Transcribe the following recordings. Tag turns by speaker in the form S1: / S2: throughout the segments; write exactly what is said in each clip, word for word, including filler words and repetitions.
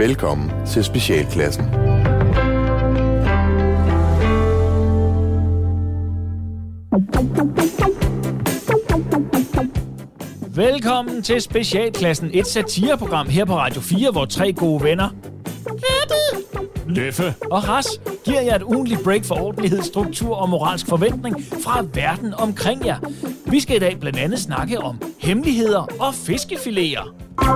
S1: Velkommen til Specialklassen.
S2: Velkommen til Specialklassen, et satireprogram her på Radio fire, hvor tre gode venner, Løffe og Ras, giver jer et ugentligt break for ordentlighed, struktur og moralsk forventning fra verden omkring jer. Vi skal i dag blandt andet snakke om hemmeligheder og fiskefileter.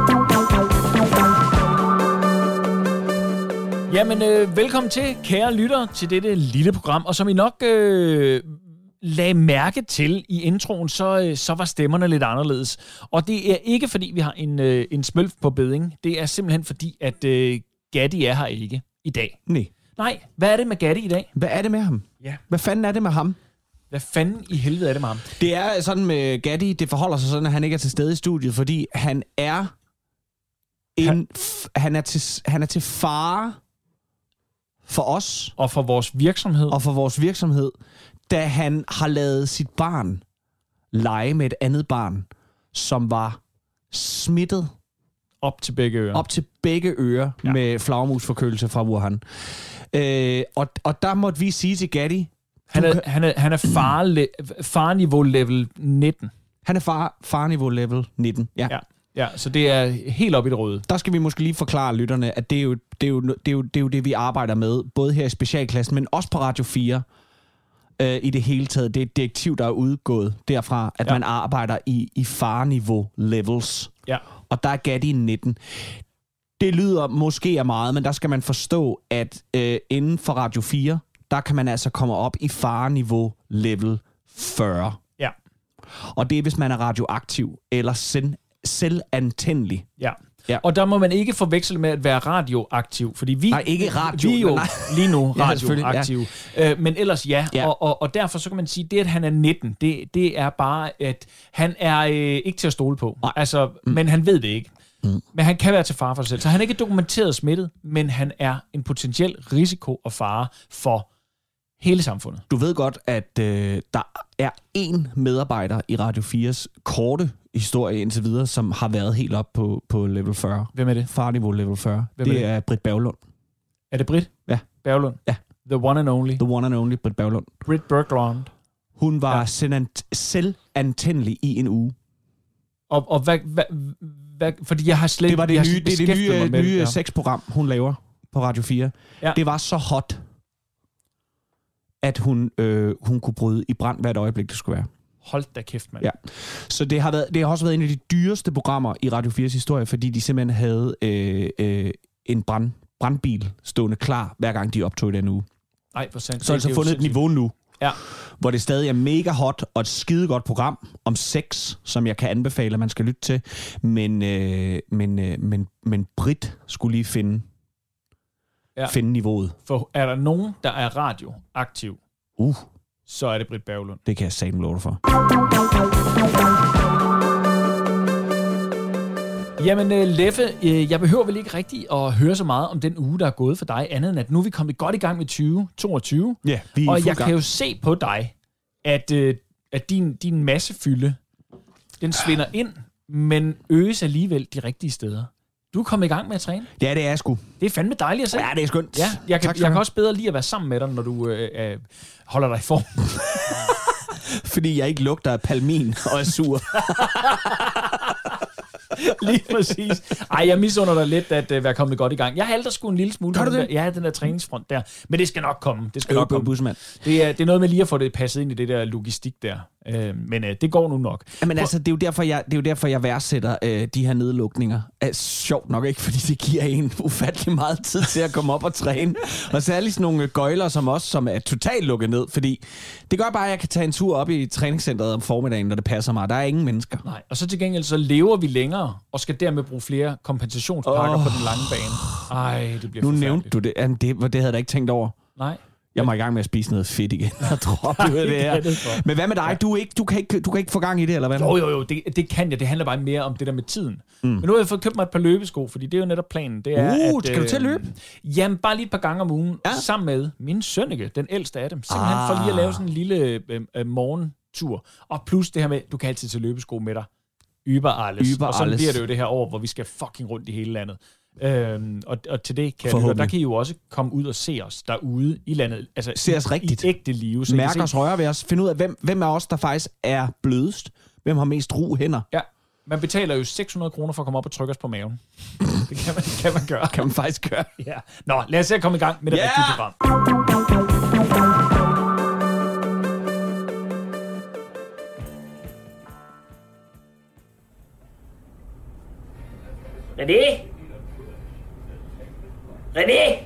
S2: Jamen, øh, velkommen til, kære lyttere, til dette lille program. Og som I nok øh, lagde mærke til i introen, så, øh, så var stemmerne lidt anderledes. Og det er ikke, fordi vi har en, øh, en smølf på beding. Det er simpelthen fordi, at øh, Gatti er her ikke i dag.
S3: Nej.
S2: Nej, hvad er det med Gatti i dag?
S3: Hvad er det med ham?
S2: Ja.
S3: Hvad fanden er det med ham?
S2: Hvad fanden i helvede er det med ham?
S3: Det er sådan med Gatti, det forholder sig sådan, at han ikke er til stede i studiet, fordi han er en, han, f- han, er, til, han er til fare for os.
S2: Og for vores virksomhed.
S3: Og for vores virksomhed, da han har ladet sit barn lege med et andet barn, som var smittet
S2: Op til begge ører.
S3: Op til begge ører ja. med flagermusforkølelse fra Wuhan. Øh, og, og der måtte vi sige til Gatti...
S2: Han er, kan... han er, han er far, farniveau level nitten.
S3: Han er far, farniveau level nitten, ja.
S2: ja. Ja, så det er helt op i det røde.
S3: Der skal vi måske lige forklare lytterne, at det er jo det, er jo, det, er jo, det, er jo det vi arbejder med, både her i Specialklassen, men også på Radio fire øh, i det hele taget. Det er et direktiv, der er udgået derfra, at ja. man arbejder i, i farniveau levels.
S2: Ja.
S3: Og der er Gatti nitten. Det lyder måske af meget, men der skal man forstå, at øh, inden for Radio fire, der kan man altså komme op i fareniveau level fyrre.
S2: Ja.
S3: Og det er, hvis man er radioaktiv eller sind, selvantændelig.
S2: Ja. ja. Og der må man ikke forveksle med at være radioaktiv, fordi vi,
S3: nej, ikke radio,
S2: vi er jo
S3: nej.
S2: lige nu radioaktive. Ja. Øh, men ellers ja,
S3: ja.
S2: Og, og, og derfor så kan man sige, at det, at han er nitten, det, det er bare, at han er øh, ikke til at stole på. Nej. Altså, mm. Men han ved det ikke. Mm. Men han kan være til fare for sig selv. Så han er ikke dokumenteret smittet, men han er en potentiel risiko og fare for hele samfundet.
S3: Du ved godt, at øh, der er én medarbejder i Radio fires korte historie indtil videre, som har været helt op på, på level fyrre.
S2: Hvem er det?
S3: Farniveau level fyrre.
S2: Hvem
S3: det
S2: er,
S3: er Britt Berglund.
S2: Er det Britt?
S3: Ja.
S2: Berglund?
S3: Ja.
S2: The one and only.
S3: The one and only Britt Berglund.
S2: Britt Berglund.
S3: Hun var ja. selvantændelig i en uge.
S2: Og, og hvad, hvad, hvad... Fordi jeg har slet...
S3: Det var det
S2: jeg
S3: nye, det, det nye,
S2: med
S3: nye
S2: det,
S3: sexprogram, hun laver på Radio fire. Ja. Det var så hot, at hun, øh, hun kunne bryde i brand hvert øjeblik, det skulle være.
S2: Hold da kæft, mand.
S3: Ja. Så det har, været, det har også været en af de dyreste programmer i Radio fires historie, fordi de simpelthen havde øh, øh, en brand, brandbil stående klar, hver gang de optog den uge.
S2: Ej, hvor sandt.
S3: Så har de så fundet et niveau nu,
S2: ja.
S3: hvor det stadig er mega hot og et skidegodt program om sex, som jeg kan anbefale, at man skal lytte til. Men, øh, men, øh, men, men Britt skulle lige finde, ja. finde niveauet.
S2: For er der nogen, der er radioaktiv,
S3: uh.
S2: så er det Britt Berglund.
S3: Det kan jeg satme love dig for.
S2: Jamen, Leffe, jeg behøver vel ikke rigtig at høre så meget om den uge, der er gået for dig, andet end at nu er vi kommet godt i gang med tyve toogtyve.
S3: Ja, vi er
S2: og jeg
S3: gang.
S2: kan jo se på dig, at, at din, din massefylde, den svinder ind, men øges alligevel de rigtige steder. Du er kommet i gang med at træne.
S3: Ja, det er jeg sgu.
S2: Det er fandme dejligt at se.
S3: Ja, det er skønt.
S2: Ja, jeg kan, jeg kan også bedre lide at være sammen med dig, når du øh, øh, holder dig i form.
S3: Fordi jeg ikke lugter af palmin og er sur.
S2: Lige præcis. Ej, jeg misunder dig lidt at uh, være kommet godt i gang. Jeg halter sgu en lille smule.
S3: Gør du det?
S2: Der, ja, den der træningsfront der. Men det skal nok komme. Det skal
S3: øh,
S2: nok komme.
S3: Busmand.
S2: Det er, det er noget med lige at få det passet ind i det der logistik der. Uh, men uh, det går nu nok.
S3: Jamen altså, det er jo derfor, jeg, det er jo derfor, jeg værdsætter uh, de her nedlukninger. Uh, sjovt nok ikke, fordi det giver en ufattelig meget tid til at komme op og træne. Og særligt sådan nogle gøjler som os, som er totalt lukket ned. Fordi det gør bare, at jeg kan tage en tur op i træningscenteret om formiddagen, når det passer mig. Der er ingen mennesker.
S2: Nej, og så til gengæld så lever vi længere og skal dermed bruge flere kompensationspakker oh. på den lange bane. Ej, det bliver
S3: nu
S2: forfærdeligt. Nu
S3: nævnte du det. Det, det havde jeg da ikke tænkt over.
S2: Nej.
S3: Jeg må i gang med at spise noget fedt igen. Jeg tror, det er det her. Men hvad med dig? Du, er ikke, du, kan ikke, du kan ikke få gang i det, eller hvad?
S2: Jo, jo, jo. Det, det kan jeg. Det handler bare mere om det der med tiden. Mm. Men nu har jeg fået købt mig et par løbesko, fordi det er jo netop planen. Det er,
S3: uh,
S2: at,
S3: skal du til at løbe?
S2: Øh, jamen, bare lige et par gange om ugen, ja. sammen med min sønneke, den ældste af dem. Simpelthen ah. for lige at lave sådan en lille øh, øh, morgentur. Og plus det her med, du kan altid tage løbesko med dig. Über alles.
S3: Über
S2: og sådan
S3: alles.
S2: bliver det jo det her år, hvor vi skal fucking rundt i hele landet. Øhm, og, og til det, kan lytte, der kan I jo også komme ud og se os derude i landet. Altså,
S3: se os rigtigt.
S2: I ægte liv.
S3: Så mærke os, røre ved os. Finde ud af, hvem, hvem af os, der faktisk er blødest. Hvem har mest ro hænder.
S2: Ja. Man betaler jo seks hundrede kroner for at komme op og trykke os på maven. Det kan man, kan man gøre.
S3: Kan man faktisk gøre.
S2: Ja. Nå, lad os se at komme i gang med det yeah! rigtige program.
S4: René? René?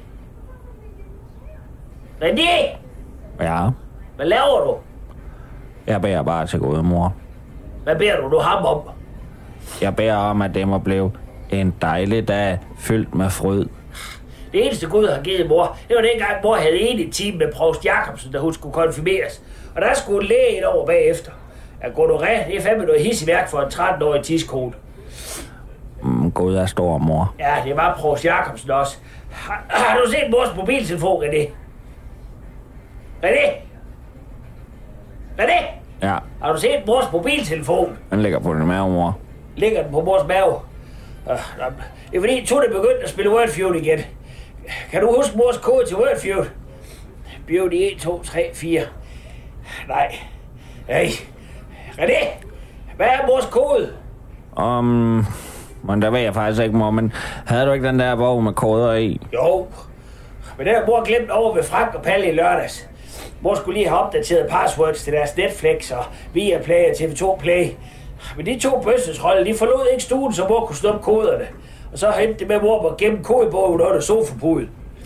S4: René?
S5: Ja?
S4: Hvad laver du?
S5: Jeg beder bare til gode, mor.
S4: Hvad beder du nu ham om?
S5: Jeg beder om, at det må blive en dejlig dag fyldt med fryd.
S4: Det eneste Gud har givet mor, det var dengang mor havde en i team med provst Jacobsen, da hun skulle konfirmeres. Og der skulle læge et over bagefter. At gonorrhea, det er fandme noget hisseværk for en tretten-årig tidskone.
S5: Mm, Gud er stor, mor.
S4: Ja, det var provst Jacobsen også. Har, har du set mors mobiltelefon, René? René? René?
S5: Ja.
S4: Har du set mors mobiltelefon?
S5: Den ligger på din mave, mor.
S4: Ligger den på mors mave? Uh, det er fordi, Tone begyndte at spille Wordfeud igen. Kan du huske mors kode til Wordfeud? Beauty en, to, tre, fire. Nej. Hey. René, hvad er mors kode?
S5: Um, men der ved jeg faktisk ikke, mor. Men havde du ikke den der bog med koder i?
S4: Jo. Men den har mor glemt over ved Frank og Palle i lørdags. Mor skulle lige have opdateret passwords til deres Netflix og Viaplay og T V to Play. Men de to bøssesroller, de forlod ikke stuen, så mor kunne stoppe koderne. Og så hentede det med mor på at gemme kodebogen under sofapuden.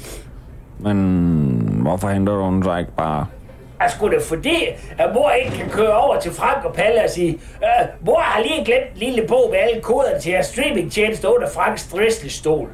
S5: Men hvorfor henter du den så ikke bare?
S4: Er sgu det fordi, at mor ikke kan køre over til Frank og Palle og sige, øh, mor har lige glemt en lille bog med alle koderne til jeres streamingtjeneste under Franks dresselstol.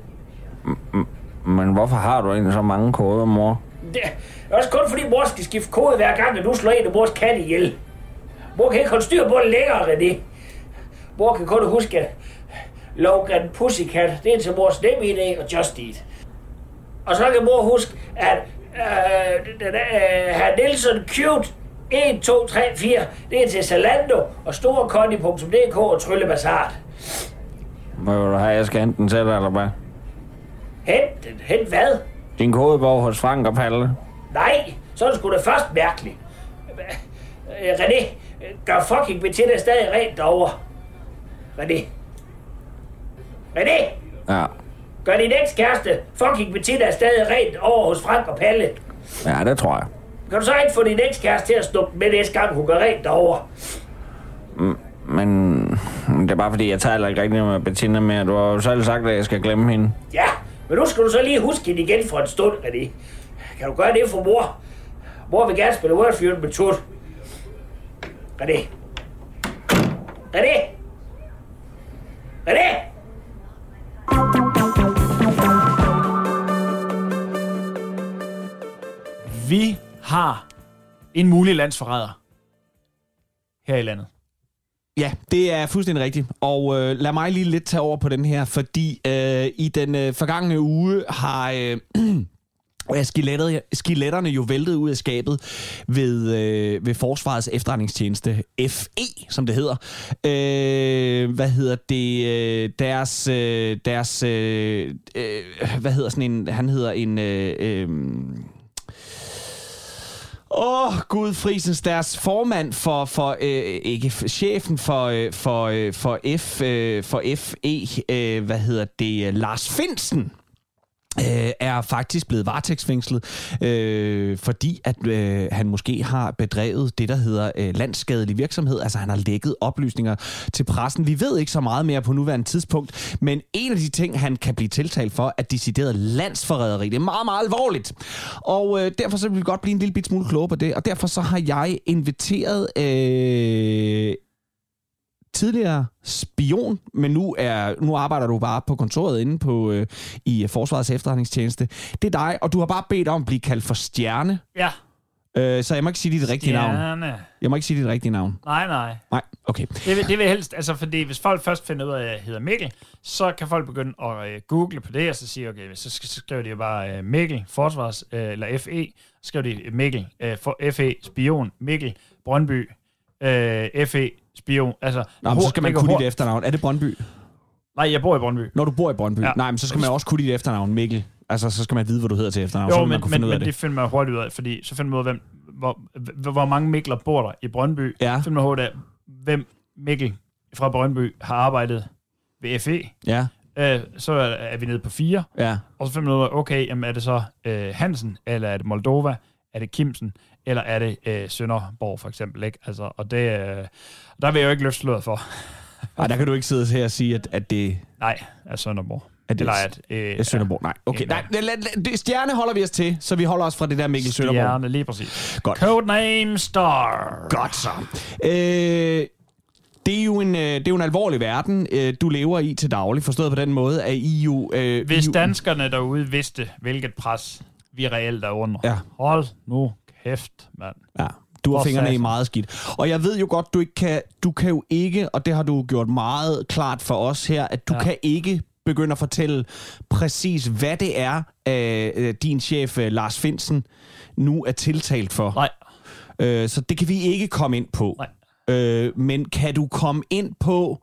S5: Men hvorfor har du egentlig så mange koder, mor?
S4: Det er også kun fordi mor skal skifte kode hver gang, at du slår en af mors kat ihjel. Mor kan ikke holde styr på det længere, René. Mor kan kun huske, at Logan Pussycat, det er til mors NemID og Just Eat. Og så kan mor huske, at øh, den er, herr Nielsen Cute en, to, tre, fire, det er til Zalando og storeconny punktum d k og Tryllebazart.
S5: Hvad vil du have, jeg skal hente den selv, eller hvad?
S4: Hent den? Hent hvad?
S5: Din kodebog hos Frank og Palle.
S4: Nej, så er det sgu da først mærkeligt. Øh, René, gør fucking Bettina stadig rent derovre. René. René!
S5: Ja.
S4: Gør din ekskæreste fucking Bettina stadig rent over hos Frank og Palle.
S5: Ja, det tror jeg.
S4: Kan du så ikke få din ekskæreste til at snuppe med næste gang, hun gør rent derovre?
S5: Mm, men det er bare fordi, jeg taler ikke rigtig med Bettina mere. Du har jo selv sagt, at jeg skal glemme hende.
S4: Ja, men nu skal du så lige huske hende igen for en stund, René. Kan du gøre det for mor? Mor vil gerne spille Wordfeud med Tut. René. René. René.
S2: Vi har en mulig landsforræder her i landet.
S3: Ja, det er fuldstændig rigtigt. Og øh, lad mig lige lidt tage over på den her, fordi øh, i den øh, forgangne uge har øh, skeletter, skeletterne jo væltet ud af skabet ved, øh, ved Forsvarets efterretningstjeneste, F E, som det hedder. Øh, hvad hedder det? Øh, deres, øh, deres øh, øh, hvad hedder sådan en, han hedder en... Øh, øh, Åh, oh, Gud Frisens, deres formand for, for øh, ikke chefen for, øh, for, øh, for, F, øh, for F E, øh, hvad hedder det, Lars Findsen, øh, er faktisk blevet varetægtsfængslet, øh, fordi at øh, han måske har bedrevet det, der hedder øh, landsskadelig virksomhed. Altså han har lækket oplysninger til pressen. Vi ved ikke så meget mere på nuværende tidspunkt, men en af de ting, han kan blive tiltalt for, er decideret landsforræderi. Det er meget, meget alvorligt. Og øh, derfor så vil vi godt blive en lille bit smule klogere på det, og derfor så har jeg inviteret øh, tidligere spion, men nu, er, nu arbejder du bare på kontoret inde på, øh, i Forsvarets efterretningstjeneste. Det er dig, og du har bare bedt om at blive kaldt for Stjerne.
S2: Ja.
S3: Øh, så jeg må ikke sige dit rigtige navn.
S2: Stjerne.
S3: Jeg må ikke sige dit rigtige navn.
S2: Nej, nej.
S3: Nej, okay.
S2: Det vil, det vil helst, altså fordi hvis folk først finder ud af, at jeg hedder Mikkel, så kan folk begynde at uh, google på det, og så sige, okay, så skriver de jo bare uh, Mikkel, Forsvars, uh, eller F E, så skriver de Mikkel, uh, for F E, spion, Mikkel, Brøndby, uh, F E, spion, altså...
S3: Nå, så skal man kunne dit efternavn. Er det Brøndby?
S2: Nej, jeg bor i Brøndby.
S3: Når du bor i Brøndby? Ja. Nej, men så skal man også kunne dit efternavn, Mikkel. Altså, så skal man vide, hvad du hedder til efternavn.
S2: Jo,
S3: så
S2: men,
S3: man kunne
S2: men,
S3: finde ud af
S2: men det. det finder man hurtigt ud af, fordi så finder man ud af, hvem, hvor, hvor mange Mikler bor der i Brøndby.
S3: Ja.
S2: Så finder man hurtigt af, hvem Mikkel fra Brøndby har arbejdet ved F E.
S3: Ja.
S2: Øh, så er vi nede på fire.
S3: Ja.
S2: Og så finder man ud af, okay, jamen er det så øh, Hansen, eller er det Moldova, er det Kimsen, eller er det øh, Sønderborg for eksempel, ikke? Altså, og det, øh, der vil jeg jo ikke løfte sløret for.
S3: Ej, der kan du ikke sidde her og sige, at, at det...
S2: Nej, er Sønderborg.
S3: Er det
S2: eller at, øh,
S3: er Sønderborg? Nej, okay. Nej, det, stjerne holder vi os til, så vi holder os fra det der Mikkel Sønderborg.
S2: Stjerne, lige præcis.
S3: Godt.
S2: Codename Star.
S3: Godt så. Øh... Det er, jo en, det er jo en alvorlig verden, du lever i til daglig, forstået på den måde, at I jo... Øh,
S2: Hvis
S3: I jo...
S2: danskerne derude vidste, hvilket pres vi reelt er under.
S3: Ja.
S2: Hold nu kæft, mand.
S3: Ja, du har
S2: For
S3: fingrene
S2: satan.
S3: i meget skidt. Og jeg ved jo godt, du ikke kan... Du kan jo ikke, og det har du gjort meget klart for os her, at du ja. kan ikke begynde at fortælle præcis, hvad det er, øh, din chef Lars Findsen nu er tiltalt for.
S2: Nej.
S3: Øh, så det kan vi ikke komme ind på.
S2: Nej.
S3: Øh, men kan du komme ind på,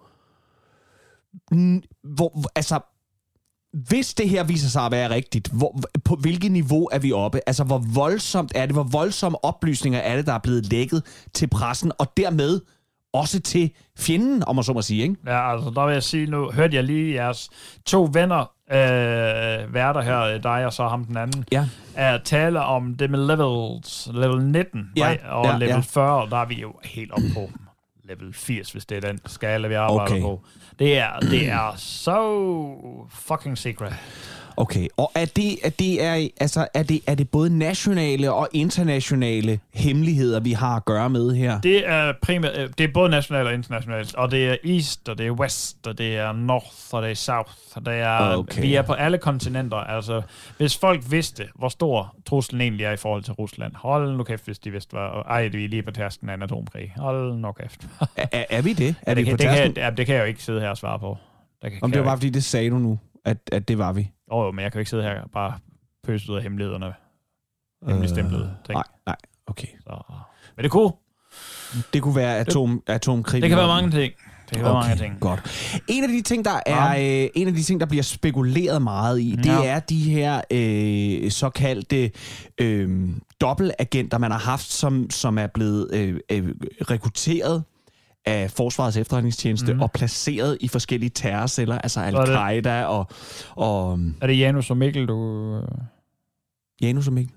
S3: hvor, altså, hvis det her viser sig at være rigtigt, hvor, på hvilket niveau er vi oppe? Altså, hvor voldsomt er det? Hvor voldsomme oplysninger er det, der er blevet lækket til pressen, og dermed også til fjenden, om man så må sige, ikke?
S2: Ja, altså, der vil jeg sige, nu hørte jeg lige jeres to venner, øh, værter her, dig og så ham den anden,
S3: ja.
S2: at tale om det med levels, level nitten,
S3: ja.
S2: og
S3: ja,
S2: level
S3: ja.
S2: fyrre, der er vi jo helt op på level firs, hvis det er den skala, vi arbejder
S3: okay.
S2: på. Det er, det er so fucking secret.
S3: Okay, og er det, er det, er, altså, er det, er det både nationale og internationale hemmeligheder, vi har at gøre med her?
S2: Det er primært, det er både nationalt og internationalt, og det er East, og det er West, og det er North, og det er South, og det er,
S3: okay.
S2: vi er på alle kontinenter. Altså, hvis folk vidste, hvor stor truslen egentlig er i forhold til Rusland, hold nu kæft, hvis de vidste, hvor, ej, vi er lige på tærsken af en atomkrig. Hold nu kæft.
S3: er, er vi det? Er
S2: ja, det,
S3: vi
S2: kan,
S3: på
S2: det, kan,
S3: ja,
S2: det kan jeg jo ikke sidde her og svare på. Der kan,
S3: Om det var bare fordi, det sagde du nu, at, at det var vi.
S2: Åh, oh, men jeg kan jo ikke sidde her og bare pøse ud af hemmelighederne. Hemmeligstemplet ting.
S3: Øh, nej, nej, okay.
S2: Så, men det kunne.
S3: Det kunne være atom, atomkrig.
S2: Det kan være mange ting. Det kan
S3: okay,
S2: være mange ting.
S3: Godt. En af de ting, der er ja. øh, en af de ting, der bliver spekuleret meget i, det
S2: ja.
S3: er de her øh, såkaldte øh, dobbeltagenter, man har haft, som, som er blevet øh, øh, rekrutteret af Forsvarets efterretningstjeneste mm. og placeret i forskellige terrorceller, altså Al-Qaida og, og...
S2: Er det Janus og Mikkel, du...
S3: Janus og Mikkel?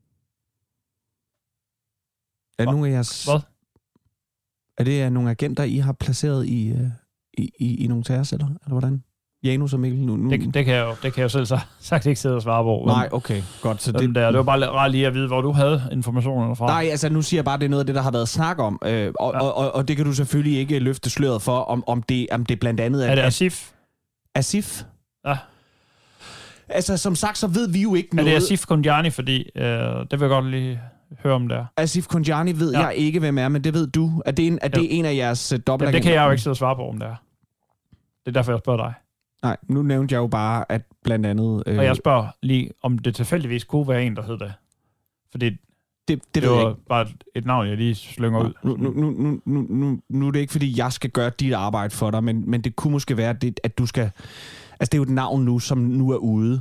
S3: Er det nogle af jeres...
S2: Hvad?
S3: Er det nogle agenter, I har placeret i, i, i, i nogle terrorceller, eller hvordan? Janus og Mikkel nu? nu. Det,
S2: det, kan jeg jo, det kan jeg jo selv sagt ikke sidde og svare på.
S3: Nej, okay, godt. Så det,
S2: der, det var bare rart lige at vide, hvor du havde informationerne fra.
S3: Nej, altså nu siger jeg bare, at det er noget af det, der har været snak om, øh, og, ja. og, og, og det kan du selvfølgelig ikke løfte sløret for, om, om, det, om det blandt andet er...
S2: Er det Asif?
S3: Asif?
S2: Ja.
S3: Altså, som sagt, så ved vi jo ikke noget...
S2: Er det Asif Kunjani, fordi øh, det vil jeg godt lige høre om der.
S3: Asif Kunjani ved ja. jeg ikke, hvem er, men det ved du. Er det en, er det ja. en af jeres uh, dobbeltagenter?
S2: Ja, det kan jeg jo ikke sidde og svare på, om det er. Det er derfor, jeg spørger dig.
S3: Nej, nu nævnte jeg jo bare, at blandt andet... Øh...
S2: Og jeg spørger lige, om det tilfældigvis kunne være en, der hed det. Fordi det,
S3: det, det
S2: det
S3: var
S2: ikke. Bare et navn, jeg lige slynger ud.
S3: Nu, nu, nu, nu, nu, nu, nu er det ikke, fordi jeg skal gøre dit arbejde for dig, men, men det kunne måske være, at, det, at du skal... Altså, det er jo et navn nu, som nu er ude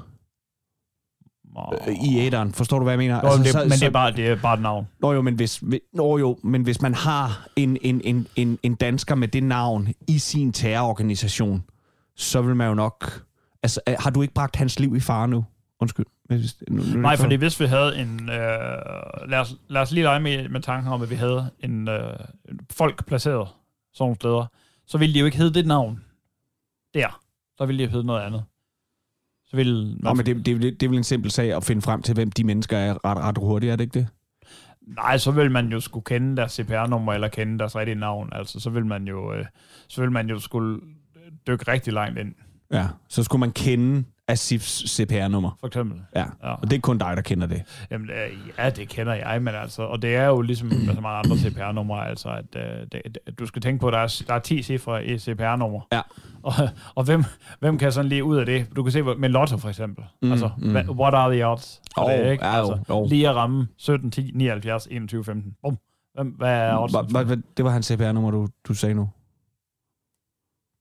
S3: øh, i æderen. Forstår du, hvad jeg mener?
S2: Nå,
S3: altså,
S2: det,
S3: så,
S2: men
S3: så,
S2: det er bare, det er bare et navn.
S3: Nå jo, men hvis, nå jo, men hvis man har en, en, en, en, en dansker med det navn i sin terrororganisation, så vil man jo nok... Altså, har du ikke bragt hans liv i fare nu? Undskyld. Hvis, nu, nu
S2: Nej, fordi hvis vi havde en... Øh, lad, os, lad os lige lege med, med tanken om, at vi havde en øh, folk placeret sådan nogle steder, så ville de jo ikke hedde det navn der. Så ville de hedde noget andet. Så ville...
S3: Nå, men det, det, det er vel en simpel sag at finde frem til, hvem de mennesker er ret, ret hurtigt, er det ikke det?
S2: Nej, så vil man jo skulle kende deres C P R-nummer, eller kende deres rigtige navn. Altså, så vil man jo, øh, så vil man jo skulle dykke rigtig langt ind.
S3: Ja, så skulle man kende Asifs C P R-nummer.
S2: For eksempel.
S3: Ja, ja, og det er kun dig, der kender det.
S2: Jamen, ja, det kender jeg, men altså, og det er jo ligesom med så mange andre C P R-numre, altså, at uh, det, du skal tænke på, at der er, der er ti cifre i C P R-nummer.
S3: Ja.
S2: Og, og hvem, hvem kan sådan lige ud af det? Du kan se med Lotto, for eksempel. Mm, altså, mm. what are the odds?
S3: Oh,
S2: det, ikke?
S3: Ja,
S2: altså,
S3: jo, jo.
S2: Lige at ramme sytten, ti, nioghalvfjerds, enogtyve, femten. Bum. Hvem, hvad er odds?
S3: Hva, hva, det var hans C P R-nummer, du, du sagde nu.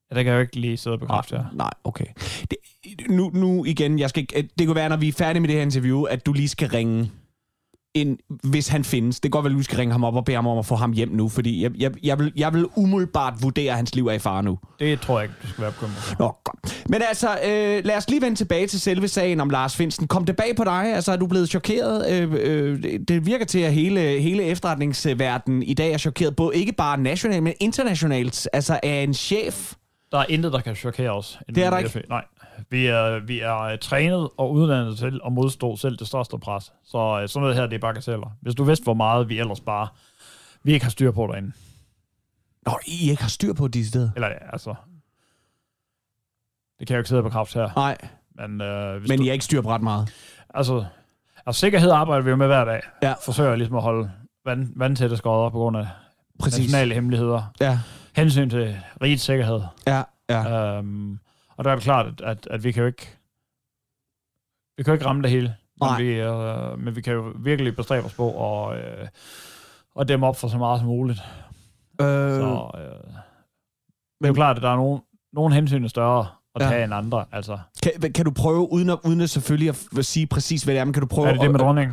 S2: Ja, det kan jeg jo ikke lige sidde på kraft her.
S3: Nej, okay. Det, nu, nu igen, jeg skal, det kan være, når vi er færdige med det her interview, at du lige skal ringe ind, hvis han findes. Det kan godt være, at du skal ringe ham op og bede ham om at få ham hjem nu, fordi jeg, jeg, jeg, vil, jeg vil umiddelbart vurdere, at hans liv er i fare nu.
S2: Det tror jeg ikke, du skal være bekymret.
S3: Nå, godt. Men altså, øh, lad os lige vende tilbage til selve sagen om Lars Findsen. Kom det bag på dig? Altså, er du blevet chokeret? Øh, øh, det virker til, at hele, hele efterretningsverdenen i dag er chokeret, både ikke bare nationalt, men internationalt. Altså, af en chef.
S2: Der er intet, der kan chokere os.
S3: Det er der ikke?
S2: Nej. Vi er, vi er trænet og uddannet til at modstå selv det største pres. Så sådan noget her, det er bagateller. Hvis du vidste, hvor meget vi ellers bare... Vi ikke har styr på derinde.
S3: Nå, I ikke har styr på de steder?
S2: Eller altså... Det kan jeg jo ikke sidde på kraft her.
S3: Nej.
S2: Men, øh, hvis
S3: Men
S2: du,
S3: I har ikke styr på ret meget?
S2: Altså, altså sikkerhed arbejder vi jo med hver dag.
S3: Ja.
S2: Forsøger ligesom at holde vand, vandtætte skodder på grund af Præcis. nationale hemmeligheder.
S3: Ja.
S2: Hensyn til rigets sikkerhed.
S3: Ja, ja.
S2: Øhm, og der er det klart, at, at, at vi kan jo ikke vi kan jo ikke ramme det hele. Men vi, øh, men vi kan jo virkelig bestræbe os på at, øh, at dæmme op for så meget som muligt. Øh, så øh, det er jo klart, at der er nogen, nogen hensyn er større at tage ja. end andre. Altså.
S3: Kan, kan du prøve, uden at, uden at selvfølgelig at sige præcis, hvad det er, men kan du prøve...
S2: Er det det med dronningen?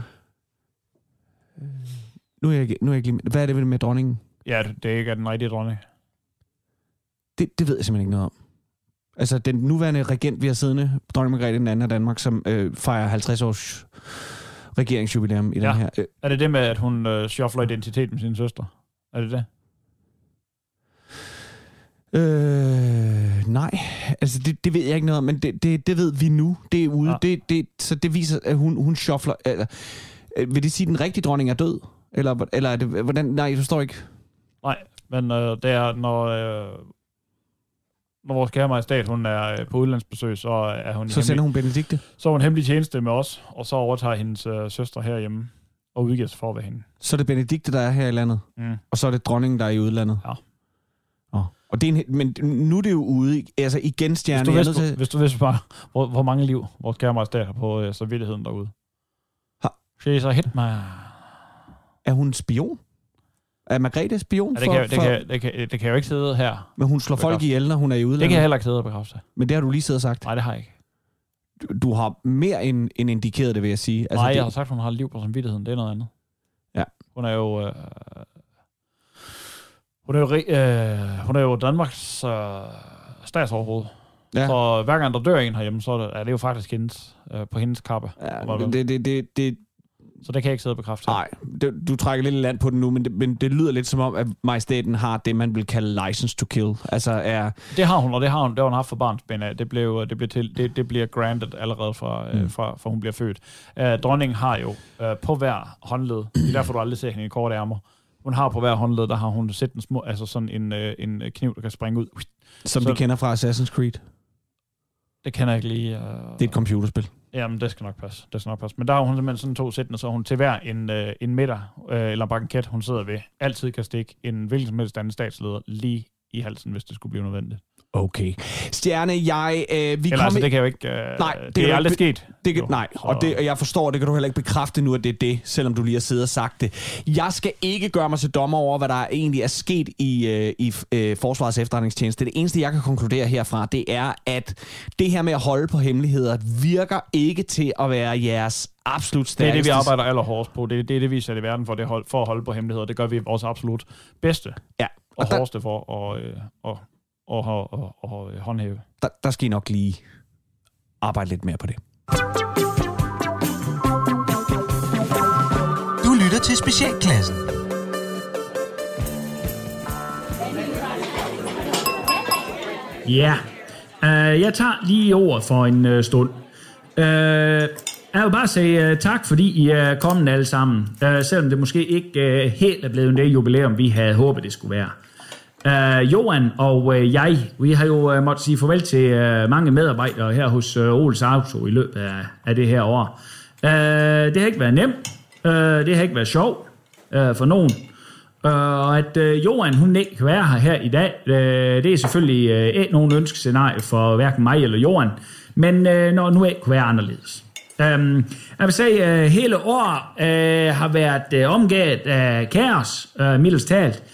S3: Nu er jeg, nu er jeg ikke... Hvad er det med dronningen?
S2: Ja, det er ikke den rigtige dronning.
S3: Det, det ved jeg simpelthen ikke noget om. Altså, den nuværende regent, vi har siddende, dronning Margrethe den anden af Danmark, som øh, fejrer halvtreds års regeringsjubilæum i ja. den her... Øh.
S2: Er det det med, at hun øh, shuffler identitet med sin søster? Er det det? Øh,
S3: nej, altså det, det ved jeg ikke noget om, men det, det, det ved vi nu. Det er ude. Ja. Det, det, så det viser, at hun, hun shuffler... Eller, vil det sige, at den rigtige dronning er død? Eller, eller er det... Hvordan? Nej, jeg forstår ikke.
S2: Nej, men øh, det er, når... Øh, når vores kære majestat, hun er på udlandsbesøg, så er hun...
S3: Så sender hun Benedikte?
S2: Så er hun hemmelig tjeneste med os, og så overtager hendes øh, søster herhjemme og udgiver sig for at være hende.
S3: Så er det Benedikte, der er her i landet? Mm. Og så er det dronningen, der er i udlandet?
S2: Ja.
S3: Oh. Og det er en, men nu er det jo ude, altså igen stjerne...
S2: Hvis du vidste, til... hvis du vidste bare, hvor, hvor mange liv vores kære majestat har på øh, samvittigheden derude. Ha. She's a hitman.
S3: Er hun spion? Er Margrethe spion?
S2: Ja, det, kan, for, det, kan, det, kan, det kan jeg jo ikke sidde her.
S3: Men hun slår folk ihjel, når hun er i udlandet?
S2: Det kan jeg heller ikke sidde og bekræfte.
S3: Men det har du lige siddet og sagt?
S2: Nej, det har jeg ikke.
S3: Du, du har mere end, end indikeret det, vil jeg sige.
S2: Altså, Nej,
S3: det...
S2: jeg har sagt, at hun har liv på samvittigheden. Det er noget andet.
S3: Ja.
S2: Hun er jo... Øh, hun, er jo øh, hun er jo Danmarks øh, statsoverhoved. Ja. Så hver gang der dør en herhjemme, så er det, er det jo faktisk hendes, øh, på hendes kappe.
S3: Ja, det, det, det, det
S2: Så det kan jeg ikke sidde og bekræfte.
S3: Nej, du trækker lidt land på den nu, men det, men det lyder lidt som om, at majestæten har det, man vil kalde license to kill. Altså er...
S2: Det har hun, og det har hun, det har hun haft for barnsben af. Det, blev, det, blev til, det, det bliver granted allerede fra, mm. øh, fra, fra hun bliver født. Uh, dronningen har jo uh, på hver håndled, det er derfor du aldrig ser hende i korte ærmer, hun har på hver håndled, der har hun set en, små, altså sådan en, uh, en kniv, der kan springe ud.
S3: Som Så, vi kender fra Assassin's Creed?
S2: Det kender jeg ikke lige. Uh...
S3: Det er et computerspil.
S2: Jamen, det skal nok passe. Det skal nok passe. Men der har hun simpelthen sådan to sættende, så hun til hver en, øh, en middag øh, eller banket, hun sidder ved, altid kan stikke en hvilken som helst anden statsleder lige i halsen, hvis det skulle blive nødvendigt.
S3: Okay. Stjerne, jeg... Øh, vi
S2: eller altså, det kan jo ikke... Øh,
S3: nej, det,
S2: det er aldrig sket.
S3: Det kan, nej, og, det, og jeg forstår, det kan du heller ikke bekræfte nu, at det er det, selvom du lige har siddet og sagt det. Jeg skal ikke gøre mig til dommer over, hvad der egentlig er sket i, øh, i øh, Forsvarets efterretningstjeneste. Det eneste, jeg kan konkludere herfra, det er, at det her med at holde på hemmeligheder virker ikke til at være jeres absolut stærkeste.
S2: Det er det, vi arbejder allerhårdest på. Det er det, det vi sætter i verden for, det hold, for at holde på hemmeligheder. Det gør vi vores absolut bedste
S3: ja.
S2: og, og der, hårdeste for at... Øh, og, Og, og, og, og håndhæve.
S3: Der, der skal I nok lige arbejde lidt mere på det.
S6: Du lytter til Specialklassen.
S4: Ja, uh, jeg tager lige ordet for en uh, stund. Uh, jeg vil bare sige uh, tak, fordi I er kommet alle sammen. Uh, selvom det måske ikke uh, helt er blevet det jubilæum, vi havde håbet, det skulle være. Uh, Johan og uh, jeg, vi har jo uh, måttet sige farvel til uh, mange medarbejdere her hos uh, Oles Auto i løbet af, af det her år. Uh, det har ikke været nemt. Uh, det har ikke været sjovt uh, for nogen. Uh, og at uh, Johan, hun ikke kan være her, her i dag, uh, det er selvfølgelig uh, ikke nogen ønskescenarie for hverken mig eller Johan, men uh, når nu ikke kunne være anderledes. Um, jeg vil sige, at uh, hele året uh, har været uh, omgivet af kaos, uh, mildest talt.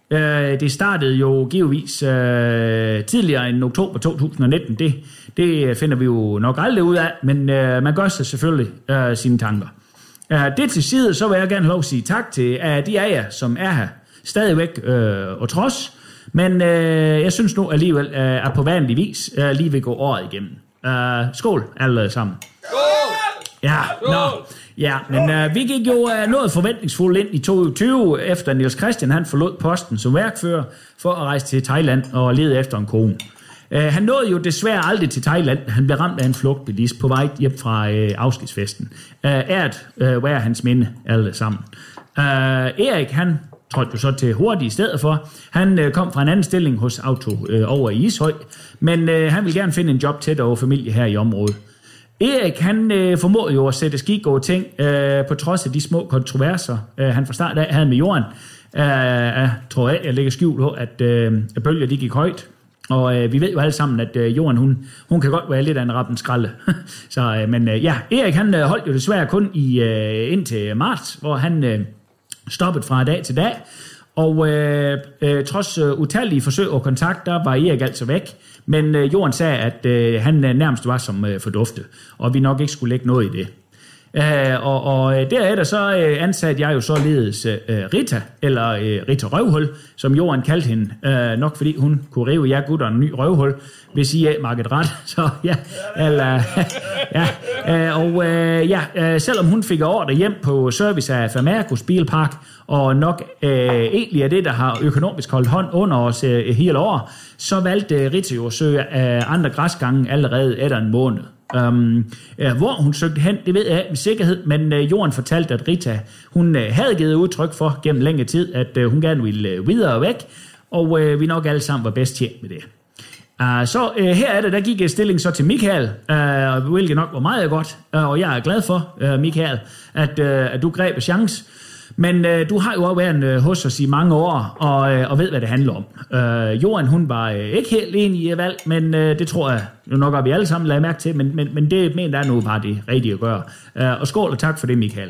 S4: Øh, det startede jo givetvis øh, tidligere end oktober to tusind nitten. Det, det finder vi jo nok aldrig ud af, men øh, man gør sig selvfølgelig øh, sine tanker. Øh, det til side, så vil jeg gerne lov at sige tak til uh, de af jer, som er her stadigvæk øh, og trods. Men øh, jeg synes nu alligevel øh, er på vanlig vis øh, lige vil gå året igennem. Øh, skål alle sammen. Skål! Ja, nå. Ja, men øh, vi gik jo øh, noget forventningsfuldt ind i to tusind og tyve, efter Niels Christian han forlod posten som værkfører for at rejse til Thailand og lede efter en kone. Uh, han nåede jo desværre aldrig til Thailand. Han blev ramt af en flugtbilist på vej hjem fra uh, afskedsfesten. Uh, ært uh, var hans minde alle sammen. Uh, Erik, han trådte jo så til hurtigt i stedet for. Han uh, kom fra en anden stilling hos Auto uh, over i Ishøj, men uh, han ville gerne finde en job tæt over familie her i området. Erik, han øh, formåede jo at sætte skik over ting, øh, på trods af de små kontroverser, øh, han fra start af havde med jorden. Øh, jeg tror jeg, jeg lægger skjul på, at øh, bølger de gik højt. Og øh, vi ved jo alle sammen, at øh, jorden, hun, hun kan godt være lidt af en rappen skralde. Så, øh, men øh, ja, Erik, han øh, holdt jo desværre kun i øh, indtil marts, hvor han øh, stoppede fra dag til dag. Og øh, øh, trods øh, utallige forsøg og kontakt, der var Erik altså væk. Men øh, Jorden sagde, at øh, han øh, nærmest var som øh, fordufte, og vi nok ikke skulle lægge noget i det. Øh, og, og derefter så øh, ansatte jeg jo således øh, Rita, eller øh, Rita Røvhul, som Jorden kaldte hende, øh, nok fordi hun kunne rive jer gutter en ny røvhul, hvis I er markedet ret. Så ja, eller, ja øh, og øh, ja, øh, selvom hun fik ordre hjem på service af Famercos bilpark, og nok øh, egentlig er det, der har økonomisk holdt hånd under os øh, hele år, så valgte Rita jo at søge øh, andre græsgange allerede efter en måned. Um, ja, hvor hun søgte hen, det ved jeg med sikkerhed, men uh, Jorden fortalte, at Rita hun uh, havde givet udtryk for gennem længere tid, at uh, hun gerne ville uh, videre væk, og uh, vi nok alle sammen var bedst tjent med det. Uh, så uh, her er det, der gik stillingen så til Michael, uh, hvilket nok var meget godt, uh, og jeg er glad for, uh, Michael, at, uh, at du greb chance. Men øh, du har jo også været øh, hos os i mange år, og, øh, og ved, hvad det handler om. Øh, Jorden, hun var øh, ikke helt enig i valg, men øh, det tror jeg jo nok, at vi alle sammen lader mærke til, men, men, men det mener jeg nu bare det rigtige at gøre. Øh, og skål og tak for det, Michael.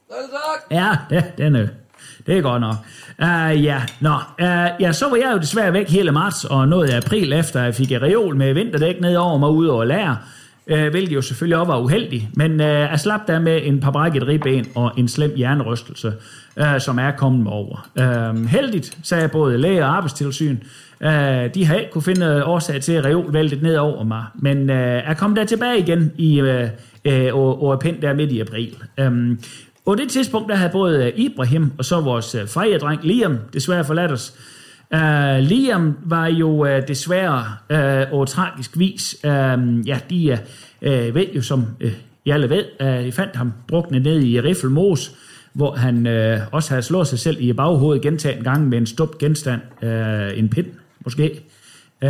S4: Ja, det, den, øh, det er godt nok. Uh, ja, Nå, uh, ja, så var jeg jo desværre væk hele marts, og noget af april efter, jeg fik et reol med vinterdæk ned over mig ud over lager. Uh, hvilket jo selvfølgelig også var uheldigt, men uh, jeg slap der med en par brækket ribben og en slem hjernerystelse, uh, som er kommet over. Uh, heldigt, sagde både læge og arbejdstilsyn. Uh, de har ikke kunne finde årsag til, at reol væltede ned over mig, men uh, jeg kom der tilbage igen i uh, uh, og, og pind der midt i april. Um, og det tidspunkt, der havde både Ibrahim og så vores uh, fejredreng Liam desværre forladt os. Uh, Liam var jo uh, desværre uh, og tragisk vis, uh, ja, de uh, ved jo, som uh, I alle ved, uh, de fandt ham druknet ned i Riffelmos, hvor han uh, også havde slået sig selv i baghovedet gentaget en gang med en stupt genstand, uh, en pind måske. Uh,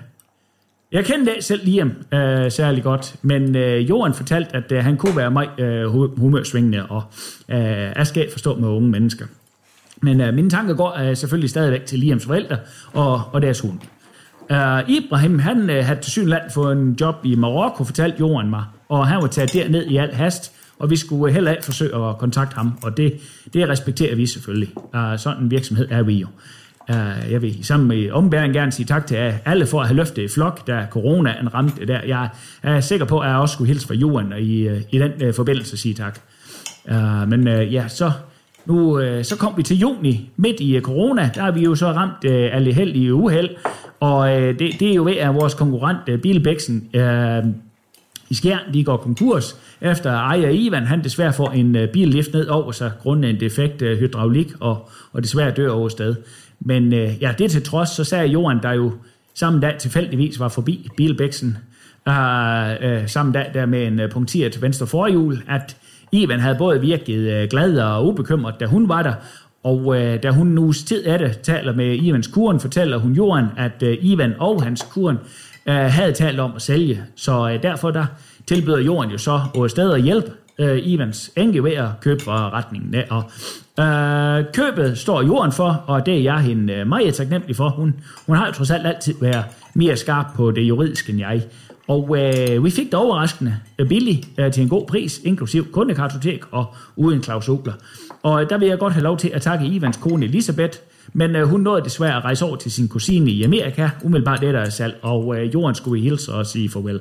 S4: jeg kendte selv Liam uh, særlig godt, men uh, Jorden fortalte, at uh, han kunne være meget uh, humørsvingende, og uh, jeg skal ikke forstå med unge mennesker. Men uh, mine tanker går uh, selvfølgelig stadigvæk til Liams forældre og, og deres hund. Uh, Ibrahim, han uh, havde til synland fået en job i Marokko, fortalte Jorden mig, og han var taget derned i al hast, og vi skulle heller ikke forsøge at kontakte ham, og det, det respekterer vi selvfølgelig. Uh, sådan en virksomhed er vi jo. Uh, jeg vil sammen med ombæring gerne sige tak til alle for at have løftet i flok, da coronaen ramte der. Jeg er sikker på, at jeg også skulle hilse fra Jorden og i, i den uh, forbindelse sige tak. Uh, men uh, ja, så... Nu, øh, så kom vi til juni, midt i øh, corona, der har vi jo så ramt øh, alle heldige uheld, og øh, det, det er jo ved, at vores konkurrent øh, Bilbæksen øh, i Skjern, de går konkurs, efter ejer Ivan, han desværre får en øh, billift ned over sig, grundet en defekt øh, hydraulik, og, og desværre dør over sted. Men øh, ja, det til trods, så sagde Jorden, der jo samme dag tilfældigvis var forbi Bilbæksen, øh, øh, samme dag der med en øh, punktier til venstre forhjul, at Ivan havde både virket glad og ubekymret, da hun var der, og øh, da hun nu tid af det taler med Ivans kuren, fortæller hun Jorden, at øh, Ivan og hans kuren øh, havde talt om at sælge. Så øh, derfor der tilbyder Jorden jo så på stedet at hjælpe øh, Ivans enke ved at købe forretningen af. Og øh, købet står Jorden for, og det er jeg hende øh, meget taknemmelig for. Hun, hun har jo trods alt altid været mere skarp på det juridiske end jeg. Og øh, vi fik det overraskende øh, billigt øh, til en god pris, inklusiv kundekartotek og uden klausuler. Og øh, der vil jeg godt have lov til at takke Ivans kone Elisabeth, men øh, hun nåede desværre at rejse over til sin kusine i Amerika, umiddelbart det der er salg, og øh, Jorden skulle vi hilse og sige farvel.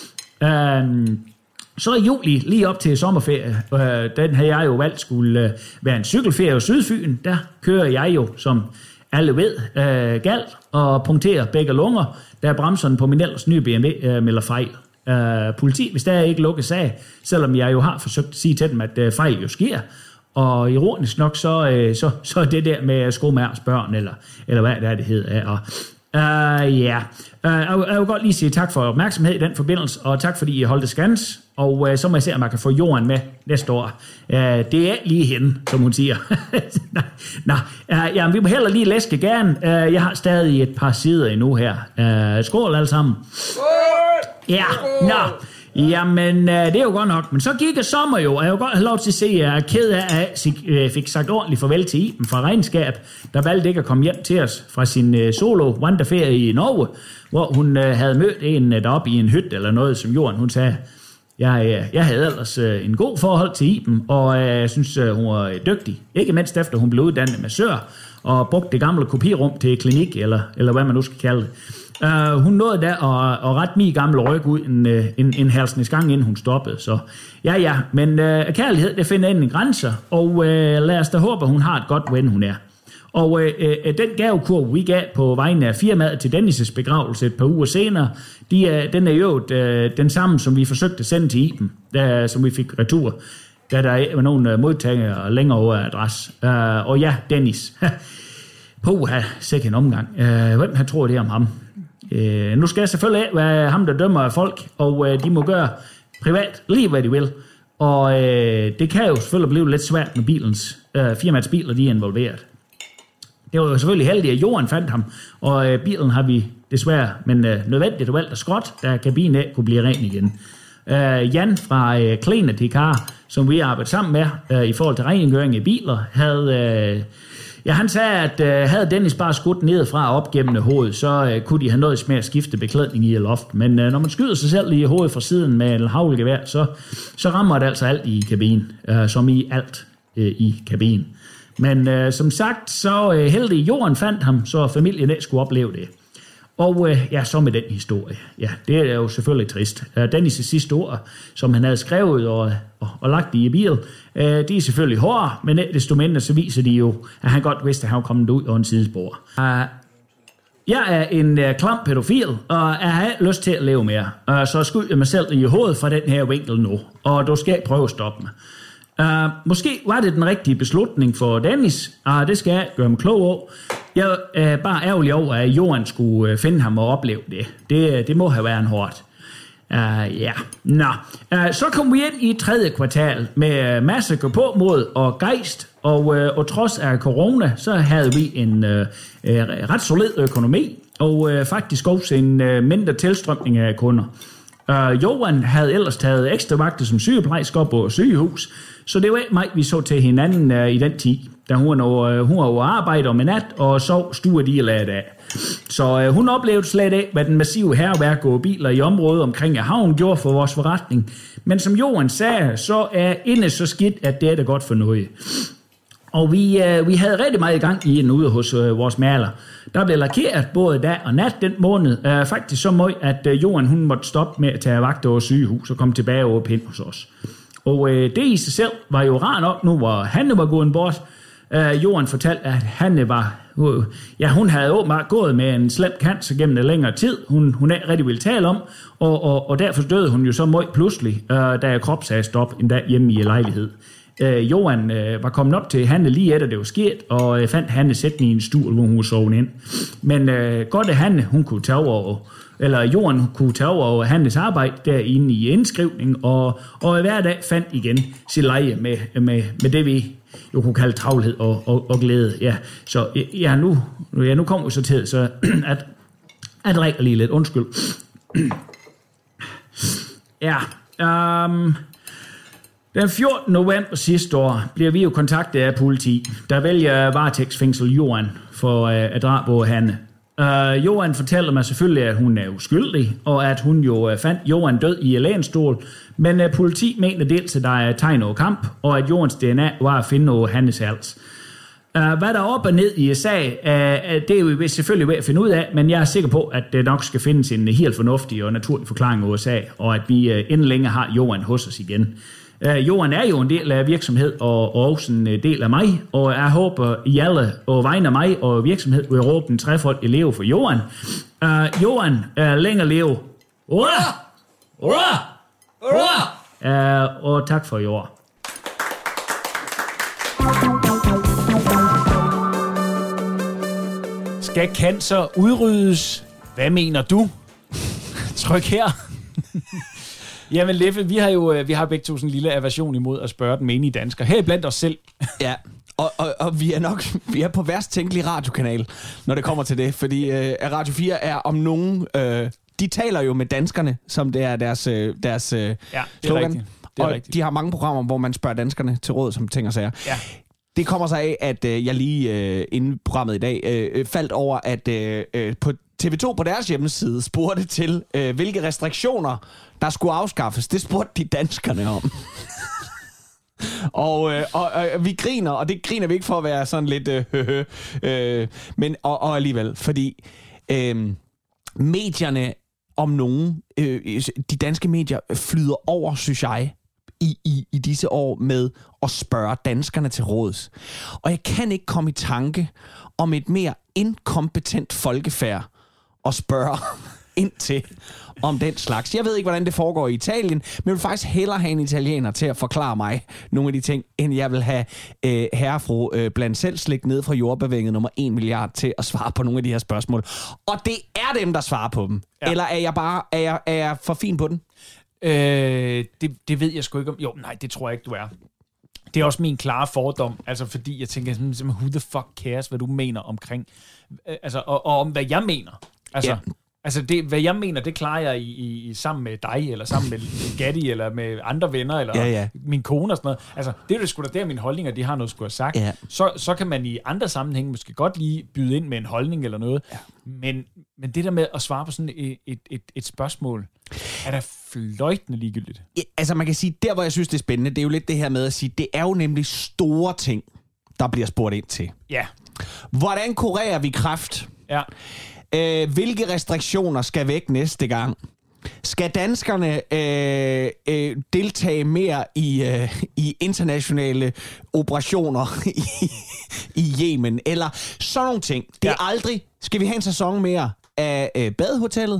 S4: Øh, så i juli, lige op til sommerferie, øh, den havde jeg jo valgt skulle øh, være en cykelferie på Sydfyn. Der kører jeg jo, som alle ved, øh, galt og punkterer begge lunger, da bremserne på min ellers nye B M W øh, melder fejl. Øh, politi, hvis der er ikke lukket sag, selvom jeg jo har forsøgt at sige til dem, at øh, fejl jo sker. Og ironisk nok, så, øh, så, så er det der med skomærers børn, eller, eller hvad det er, det hedder. Og, øh, ja, uh, jeg, jeg vil godt lige sige tak for opmærksomhed i den forbindelse, og tak fordi I holdt det skans. Og uh, så må jeg se, om jeg kan få Jorden med næste år. Uh, det er lige hende, som hun siger. Nå, nå, uh, jamen, vi må heller lige læske gerne. Uh, jeg har stadig et par sider endnu her. Uh, skål alle sammen. Ja, nå. Jamen, uh, det er jo godt nok. Men så gik det sommer jo, og jeg vil godt have lov til at se, at jeg er ked af, at jeg fik sagt ordentligt farvel til Iben fra Regnskab, der valgte ikke at komme hjem til os fra sin uh, solo-wanderferie i Norge, hvor hun uh, havde mødt en uh, deroppe i en hytte eller noget, som Jorden, hun sagde. Jeg, uh, jeg havde ellers uh, en god forhold til Iben, og jeg uh, synes, uh, hun var dygtig. Ikke mindst efter hun blev uddannet massør, og brugte det gamle kopirum til klinik, eller, eller hvad man nu skal kalde det. Uh, hun nåede da at, at rette min gamle ryg ud en, en, en halsens gang, inden hun stoppede. Så ja, ja, men uh, kærlighed, det finder ingen grænser, og uh, lad os da håbe, at hun har et godt ven, hun er. Og uh, uh, den gavekurve, vi gav på vegne af firmaet til Dennis' begravelse et par uger senere, de, uh, den er jo uh, den samme, som vi forsøgte at sende til Iben, der, som vi fik retur, da der var nogle uh, modtagere længere over adresse. Uh, og ja, Dennis. Puha, sikke en omgang. Uh, hvem har tror det om ham? Uh, nu skal jeg selvfølgelig af være ham, der dømmer af folk, og uh, de må gøre privat lige hvad de vil. Og uh, det kan jo selvfølgelig blive lidt svært med bilens, uh, firmaets biler, de er involveret. Det var jo selvfølgelig heldigt, at Jorden fandt ham, og uh, bilen har vi desværre, men uh, nødvendigt valgt at skråt, da kabinen af kunne blive ren igen. Uh, Jan fra uh, Cleaner Car, som vi arbejder sammen med uh, i forhold til rengøring i biler, havde... Uh, Ja, han sagde, at øh, havde Dennis bare skudt ned fra op gennem hovedet, så øh, kunne de have noget med at skifte beklædning i loft. Men øh, når man skyder sig selv i hovedet fra siden med en haglgevær, så, så rammer det altså alt i kabinen, øh, som i alt øh, i kabinen. Men øh, som sagt, så øh, heldig Jorden fandt ham, så familien ikke skulle opleve det. Og øh, ja, så med den historie. Ja, det er jo selvfølgelig trist. Uh, Dennis' sidste ord, som han havde skrevet og, og, og lagt i bil, uh, de er selvfølgelig hårde, men desto mindre så viser de jo, at han godt vidste, at han var kommet ud over en sidespor. Uh, jeg er en uh, klam pædofil, og jeg har ikke lyst til at leve mere. Uh, så skyder jeg mig selv i hovedet fra den her vinkel nu, og du skal prøve at stoppe mig. Uh, måske var det den rigtige beslutning for Dennis, og uh, det skal jeg gøre mig klog over. Jeg er uh, bare ærgerlig over, at Jorden skulle uh, finde ham og opleve det. Det, det må have været en hårdt. Uh, ja, nå. Uh, så kom vi ind i tredje kvartal med uh, masser gå på mod og gejst, og, uh, og trods af corona, så havde vi en uh, uh, ret solid økonomi, og uh, faktisk også en uh, mindre tilstrømning af kunder. Uh, Jorden havde ellers taget ekstra vagter som sygeplejersker på sygehus, så det var ikke mig, vi så til hinanden uh, i den tid, da hun, uh, hun var jo arbejde om en nat, og sov stue de ladet af. Så uh, hun oplevede slet ikke, hvad den massive hærværk og biler i området omkring havnen gjorde for vores forretning. Men som Jorden sagde, så er inde så skidt, at det er da godt for noget. Og vi, øh, vi havde rigtig meget i gang i en ude hos øh, vores maler. Der blev lakeret både dag og nat den måned. Øh, faktisk så meget, at øh, Jorden hun måtte stoppe med at tage vagt over sygehus og komme tilbage over pind hos os. Og øh, det i sig selv var jo rart nok nu, hvor Hanne var gået bort. Øh, Jorden fortalte, at Hanne var... Øh, ja, hun havde åbenbart gået med en slem cancer gennem en længere tid. Hun, hun ikke rigtig ville tale om, og, og, og derfor døde hun jo så meget pludselig, øh, da jeg krop sagde stop en dag hjemme i lejlighed. Øh, Johan øh, var kommet op til Hanne lige efter det var sket, og øh, fandt Hanne sættende i en stol, hvor hun sov ind. Men øh, godt at Hanne, hun kunne tage over, eller Johan kunne tage over Hannes arbejde derinde i indskrivning, og, og hver dag fandt igen sit leje med, med, med det, vi jo kunne kalde travlhed og, og, og glæde. Ja, så ja, nu, ja, nu kommer vi så til, så at, at drikke lige lidt. Undskyld. Ja, um, Den fjortende november sidste år bliver vi jo kontaktet af politi, der vælger varetægtsfængsel Johan for uh, at drab på Hanne. Uh, Johan fortæller mig selvfølgelig, at hun er uskyldig, og at hun jo uh, fandt Johan død i lænestol, men uh, politi mener dels, at der er tegn over kamp, og at Johans D N A var at finde over Hannes hals. Uh, hvad der er op og ned i sag, uh, det er jo selvfølgelig ved at finde ud af, men jeg er sikker på, at det nok skal findes en helt fornuftig og naturlig forklaring over sag, og at vi uh, inden længe har Johan hos os igen. Uh, Johan er jo en del af virksomhed og, og også en del af mig, og jeg håber I alle og vegne af mig og virksomhed vil råbe en trefolk i leve for Johan. Uh, Johan er uh, længere leve. Hurra! Hurra! Hurra! Uh, og tak for i år.
S2: Skal cancer udryddes? Hvad mener du? Tryk her. Jamen Leffe, vi har jo vi har begge to sådan en lille aversion imod at spørge den menige dansker. Her blandt os selv.
S3: Ja, og, og, og vi er nok vi er på værst tænkelig radiokanal, når det kommer til det. Fordi øh, Radio fire er om nogen... Øh, de taler jo med danskerne, som det er deres, øh, deres øh,
S2: ja, det er
S3: slogan.
S2: Rigtigt. Det er
S3: og
S2: rigtigt.
S3: De har mange programmer, hvor man spørger danskerne til råd, som ting og sager.
S2: Ja.
S3: Det kommer sig af, at øh, jeg lige øh, inden programmet i dag øh, faldt over, at øh, på T V to på deres hjemmeside spurgte til, øh, hvilke restriktioner, der skulle afskaffes. Det spurgte de danskerne om. og, øh, og, og vi griner, og det griner vi ikke for at være sådan lidt... Øh, øh, øh, men og, og alligevel, fordi øh, medierne om nogen, øh, de danske medier flyder over, synes jeg, I, i, i disse år med at spørge danskerne til råds. Og jeg kan ikke komme i tanke om et mere inkompetent folkefærd at spørge ind til om den slags. Jeg ved ikke, hvordan det foregår i Italien, men jeg vil faktisk hellere have en italiener til at forklare mig nogle af de ting, end jeg vil have øh, herrefru øh, blandt selv slik ned fra jordbevænget nummer en milliard til at svare på nogle af de her spørgsmål. Og det er dem, der svarer på dem. Ja. Eller er jeg bare er jeg, er jeg for fin på den?
S2: Øh, det, det ved jeg sgu ikke om. Jo, nej, det tror jeg ikke, du er. Det er også min klare fordom, altså fordi jeg tænker simpelthen, who the fuck cares, hvad du mener omkring, altså, og, og om hvad jeg mener. Altså, ja. altså det, hvad jeg mener, det klarer jeg i, i, sammen med dig, eller sammen med Gatti, eller med andre venner, eller
S3: ja, ja. min
S2: kone og sådan noget. Altså, det er jo sgu da der, mine holdninger, de har noget skulle have sagt.
S3: Ja.
S2: Så, så kan man i andre sammenhænge måske godt lige byde ind med en holdning eller noget. Ja. Men, men det der med at svare på sådan et, et, et, et spørgsmål, er da fløjtende ligegyldigt.
S3: Ja, altså man kan sige, der hvor jeg synes, det er spændende, det er jo lidt det her med at sige, det er jo nemlig store ting, der bliver spurgt ind til.
S2: Ja.
S3: Hvordan kurerer vi kræft?
S2: Ja.
S3: Øh, hvilke restriktioner skal væk næste gang? Skal danskerne øh, øh, deltage mere i, øh, i internationale operationer i, i Yemen? Eller sådan nogle ting. Det er ja. aldrig... Skal vi have en sæson mere af øh, badehotellet?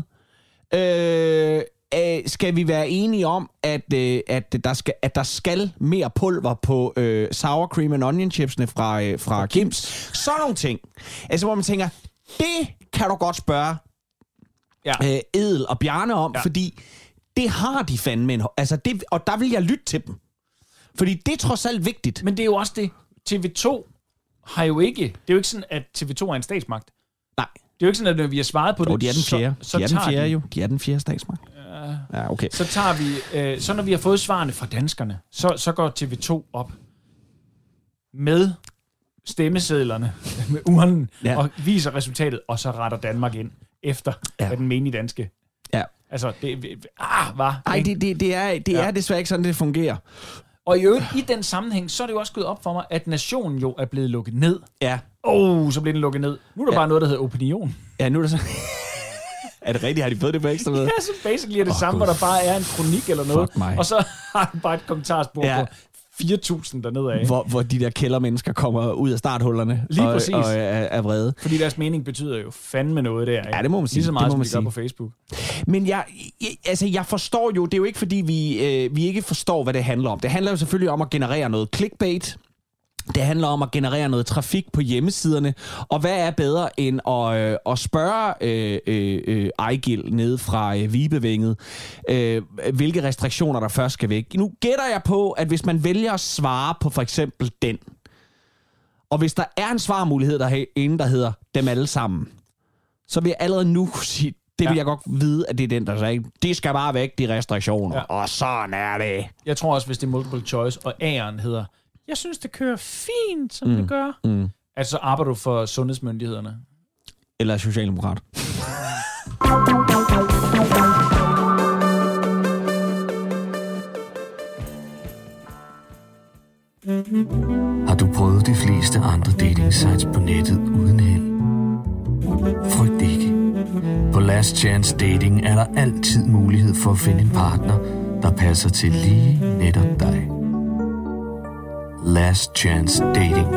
S3: Øh, øh, skal vi være enige om, at, øh, at, der skal, at der skal mere pulver på øh, sour cream and onion chipsene fra, øh, fra Kims? Sådan nogle ting. Altså hvor man tænker, det kan du godt spørge ja. øh, Edel og Bjarne om, ja. fordi det har de fandme. Altså det, og der vil jeg lytte til dem. Fordi det er trods alt vigtigt.
S2: Men det er jo også det. T V to har jo ikke... Det er jo ikke sådan, at T V to er en statsmagt.
S3: Nej.
S2: Det er jo ikke sådan, at når vi har svaret på
S3: jo,
S2: det,
S3: de er den fjerde.
S2: så, så
S3: de er den fjerde
S2: de,
S3: jo. De er den fjerde statsmagt.
S2: Ja,
S3: ja okay.
S2: Så tager vi... Øh, så når vi har fået svarene fra danskerne, så, så går T V to op med stemmesedlerne, med urnen, ja. og viser resultatet, og så retter Danmark ind efter, ja. hvad den menige danske...
S3: Ja.
S2: Altså, det... Ah, var.
S3: Nej, det, det, det, er, det ja. er desværre ikke sådan, det fungerer.
S2: Og i øvrigt, i den sammenhæng, så er det jo også gået op for mig, at nationen jo er blevet lukket ned.
S3: Ja.
S2: Åh, oh, så bliver den lukket ned. Nu er der ja. bare noget, der hedder opinion.
S3: Ja, nu er det så... Er det rigtigt? Har de fået det på ekstra med?
S2: Ja, så basically er det oh, samme, hvor der bare er en kronik eller noget. Og så har de bare et kommentarspor ja. på fire tusind dernede af.
S3: Hvor, hvor de der kældermennesker kommer ud af starthullerne
S2: lige
S3: og,
S2: præcis.
S3: og er, er vrede.
S2: Fordi deres mening betyder jo fandme noget der. Ikke?
S3: Ja, det må man sige.
S2: Lige så meget,
S3: det må
S2: som
S3: man
S2: vi
S3: sige.
S2: gør på Facebook.
S3: Men jeg, jeg, altså, jeg forstår jo, det er jo ikke fordi, vi, øh, vi ikke forstår, hvad det handler om. Det handler jo selvfølgelig om at generere noget clickbait. Det handler om at generere noget trafik på hjemmesiderne. Og hvad er bedre end at, øh, at spørge øh, øh, Ejgil nede fra øh, Vibevænget, øh, hvilke restriktioner der først skal væk. Nu gætter jeg på, at hvis man vælger at svare på for eksempel den, og hvis der er en svarmulighed derinde, der hedder dem alle sammen, så vil jeg allerede nu sige, Det vil
S2: Ja.
S3: jeg godt vide, at det er den, der sagde, det skal bare væk, de restriktioner.
S2: Ja.
S3: Og sådan er det.
S2: Jeg tror også, hvis det er multiple choice, og A'eren hedder, jeg synes, det kører fint, som
S3: Mm.
S2: det gør.
S3: Mm.
S2: Altså, så arbejder du for sundhedsmyndighederne.
S3: Eller socialdemokrat.
S7: Har du prøvet de fleste andre dating sites på nettet uden held? Frygt ikke. På Last Chance Dating er der altid mulighed for at finde en partner, der passer til lige netop dig. Last Chance Dating.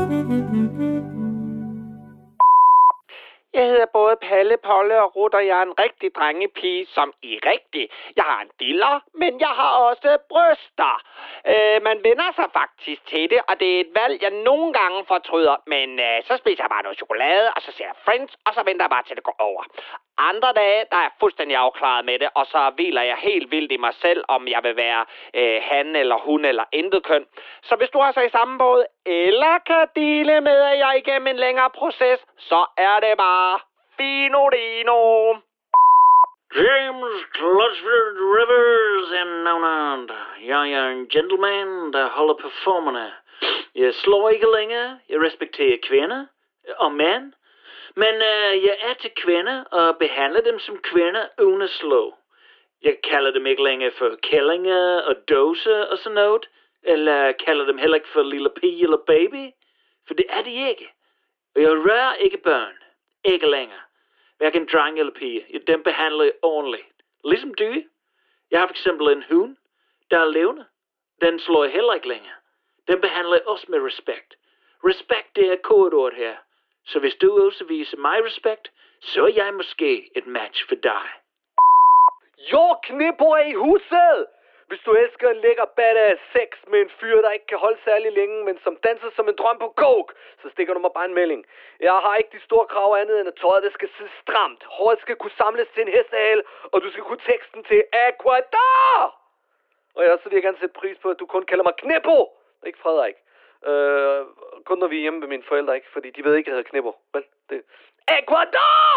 S8: Jeg hedder både Palle, Polle og Rut, og jeg er en rigtig drengepige, som i rigtig. Jeg har en diller, men jeg har også bryster. Øh, man vender sig faktisk til det, og det er et valg, jeg nogle gange fortryder. Men øh, så spiser jeg bare noget chokolade, og så ser jeg Friends, og så venter jeg bare til det går over. Andre dage, der er jeg fuldstændig afklaret med det, og så hviler jeg helt vildt i mig selv, om jeg vil være øh, han eller hun eller intet køn. Så hvis du er så i samme båd, eller kan dele med, at jeg igennem en længere proces, så er det bare fino dino.
S9: James Clutchford Rivers and Nonant. Jeg er en gentleman, der holder på formerne. Jeg slår ikke længere. Jeg respekterer kvinder og mænd. Men uh, jeg er til kvinder og behandler dem som kvinder uden at slå. Jeg kalder dem ikke længere for kællinger og dåser og sådan noget. Eller kalder dem heller ikke for lille pige eller baby. For det er de ikke. Og jeg rører ikke børn. Ikke længere. Hverken dreng eller pige. Dem behandler jeg ordentligt. Ligesom dyr. Jeg har for eksempel en hund, der er levende. Den slår jeg heller ikke længere. Den behandler jeg også med respekt. Respekt, det er kodeord her. Så hvis du også viser mig respekt, så er jeg måske et match for dig.
S8: Jo, Knippo er i huset! Hvis du elsker en lækker badass sex med en fyr, der ikke kan holde særlig længe, men som danser som en drøm på coke, så stikker du mig bare en melding. Jeg har ikke de store krav andet end at tøjet, det skal sidde stramt. Håret skal kunne samles til en hestehale, og du skal kunne teksten til Ecuador! Og jeg så vil jeg gerne sætte pris på, at du kun kalder mig Knippo, ikke Frederik. Øh, kun når vi er hjemme med mine forældre, ikke? Fordi de ved ikke, at jeg hedder Knippo. Vel, det... Ecuador!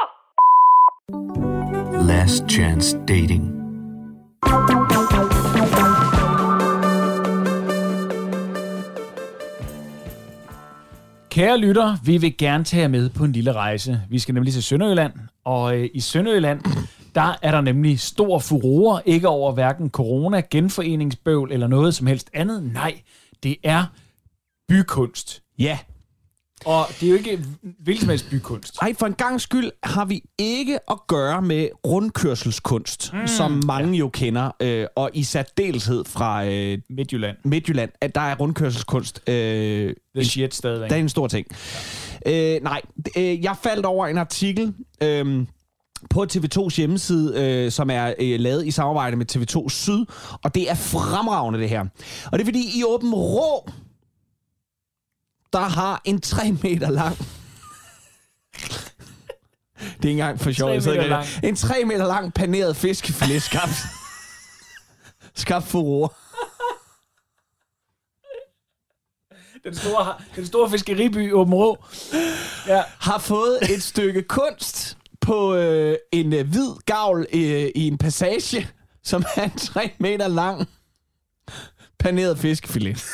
S7: Last Chance Dating.
S2: Kære lytter, vi vil gerne tage jer med på en lille rejse. Vi skal nemlig til Sønderjylland, og øh, i Sønderjylland, der er der nemlig stor furore, ikke over hverken corona, genforeningsbøvl eller noget som helst andet. Nej, det er bykunst.
S3: Ja.
S2: Og det er jo ikke hvilken som helst bykunst.
S3: Ej, for en gang skyld har vi ikke at gøre med rundkørselskunst, mm, som mange ja. jo kender, øh, og i særdeleshed fra øh,
S2: Midtjylland.
S3: Midtjylland, at der er rundkørselskunst. Øh,
S2: The shit stadigvæk.
S3: Der er en stor ting. Ja. Øh, nej, øh, jeg faldt over en artikel øh, på T V to's hjemmeside, øh, som er øh, lavet i samarbejde med T V to Syd, og det er fremragende det her. Og det er fordi i Åben Rå, der har en tre meter lang... Det er ikke engang for sjovt. En tre meter lang paneret fiskefilet skabt. skabt furore.
S2: Den store, den store fiskeriby Åben Rå. Ja.
S3: Har fået et stykke kunst på øh, en øh, hvid gavl øh, i en passage, som er en tre meter lang paneret fiskefilet.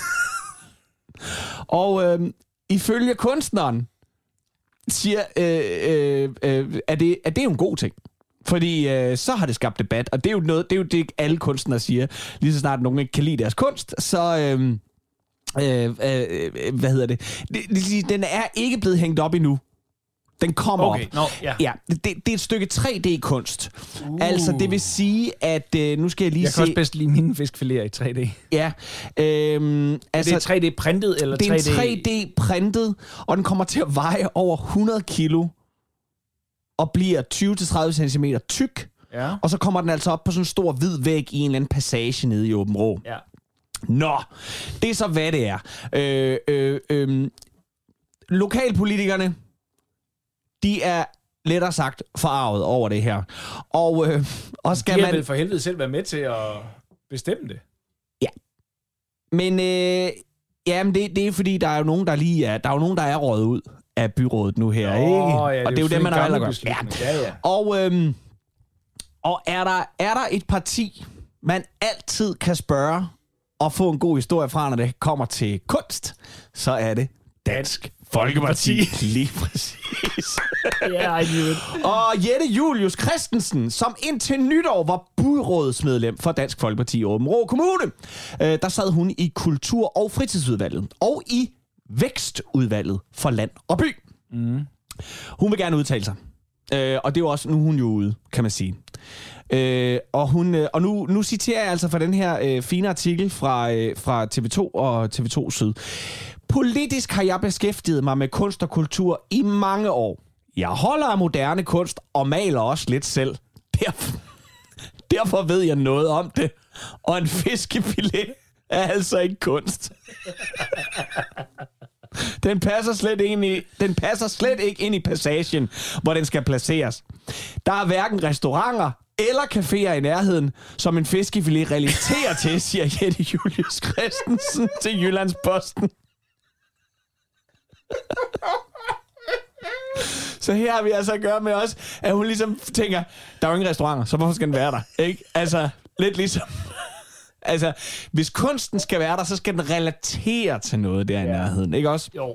S3: Og øh, ifølge kunstneren siger, øh, øh, øh, er, det, er det jo en god ting. Fordi øh, så har det skabt debat, og det er jo noget, det er jo det, alle kunstnere siger. Lige så snart nogen ikke kan lide deres kunst, så... Øh, øh, øh, hvad hedder det? det, det den er ikke blevet hængt op endnu. Den kommer
S2: okay.
S3: op.
S2: No, yeah.
S3: Ja, det, det er et stykke tre D-kunst. Uh. Altså, det vil sige, at... Øh, nu skal jeg lige
S2: jeg
S3: se...
S2: Jeg kan også bedst lide mine fiskfiléer i tre D.
S3: Ja. Øhm, altså,
S2: er det tre D-printet eller
S3: tre D? Det er
S2: tre
S3: en tre D-printet, og den kommer til at veje over hundrede kilo og bliver tyve til tredive centimeter tyk.
S2: Ja.
S3: Og så kommer den altså op på sådan en stor hvid væg i en eller anden passage nede i Åben Rå.
S2: Ja.
S3: Nå, det er så, hvad det er. Øh, øh, øh, lokalpolitikerne, de er lettere sagt forarvet over det her. Og, øh, og skal
S2: de har
S3: man...
S2: vel for helvede selv være med til at bestemme det.
S3: Ja. Men øh, jamen det, det er fordi, der er jo nogen, der lige er, der er jo nogen, der er røget ud af byrådet nu her.
S2: Nå,
S3: ikke?
S2: Ja,
S3: og det er jo det, man har aldrig gjort.
S2: Ja. Ja, ja.
S3: Og, øh, Og er der, er der et parti, man altid kan spørge og få en god historie fra, når det kommer til kunst, så er det Dansk Folkeparti. Lige præcis.
S2: Ja, I knew it.
S3: Og Jette Julius Christensen, som indtil nytår var byrådsmedlem for Dansk Folkeparti i Aabenraa Kommune. Øh, der sad hun i Kultur- og Fritidsudvalget og i Vækstudvalget for Land og By. Mm. Hun vil gerne udtale sig. Øh, og det er jo også, nu er hun jo ude, kan man sige. Øh, og hun, øh, og nu, nu citerer jeg altså fra den her øh, fine artikel fra, øh, fra T V to og T V to Syd. Politisk har jeg beskæftiget mig med kunst og kultur i mange år. Jeg holder af moderne kunst og maler også lidt selv. Derfor, derfor ved jeg noget om det. Og en fiskefilet er altså ikke kunst. Den passer slet ind i, den passer slet ikke ind i passagen, hvor den skal placeres. Der er hverken restauranter eller caféer i nærheden, som en fiskefilet relaterer til, siger Jette Julius Christensen til Jyllandsposten. Så her har vi altså at gøre med os, at hun ligesom tænker, der er jo ingen restauranter, så hvorfor skal den være der? Ikke? Altså, lidt ligesom... Altså, hvis kunsten skal være der, så skal den relatere til noget der i nærheden, ikke også?
S2: Jo.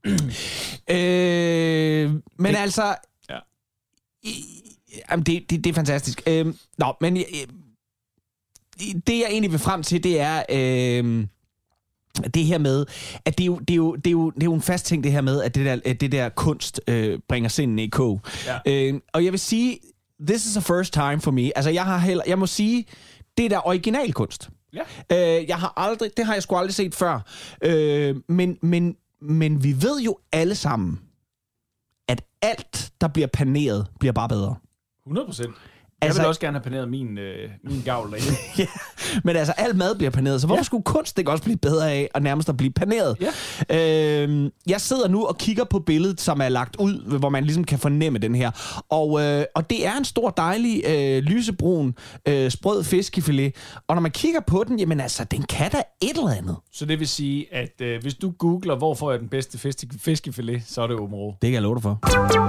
S3: øh, men det, altså...
S2: Ja.
S3: I, jamen, det, det, det er fantastisk. Øh, nå, men... Øh, det, jeg egentlig vil frem til, det er... Øh, det her med, at det er, jo, det, er jo, det, er jo, det er jo en fast ting, det her med, at det der, at det der kunst øh, bringer sindene i kog. Ja. Øh, og jeg vil sige, this is a first time for me. Altså, jeg har heller... Jeg må sige... Det er der originalkunst. Ja. Øh, jeg har aldrig, det har jeg sgu aldrig set før. Øh, men, men, men vi ved jo alle sammen, at alt, der bliver paneret, bliver bare bedre.
S2: hundrede procent. Jeg
S3: Altså,
S2: vil også gerne have paneret min, øh, min gavl derinde.
S3: Ja, men altså, alt mad bliver paneret, så hvorfor ja. skulle kunst ikke også blive bedre af at nærmest at blive paneret? Ja. Øh, jeg sidder nu og kigger på billedet, som er lagt ud, hvor man ligesom kan fornemme den her. Og, øh, og det er en stor, dejlig, øh, lysebrun, øh, sprød fiskefilet. Og når man kigger på den, jamen altså, den kan da et eller andet.
S2: Så det vil sige, at øh, hvis du googler, hvor får jeg den bedste fiske- fiskefilet, så er det Aabenraa.
S3: Det kan jeg love dig for.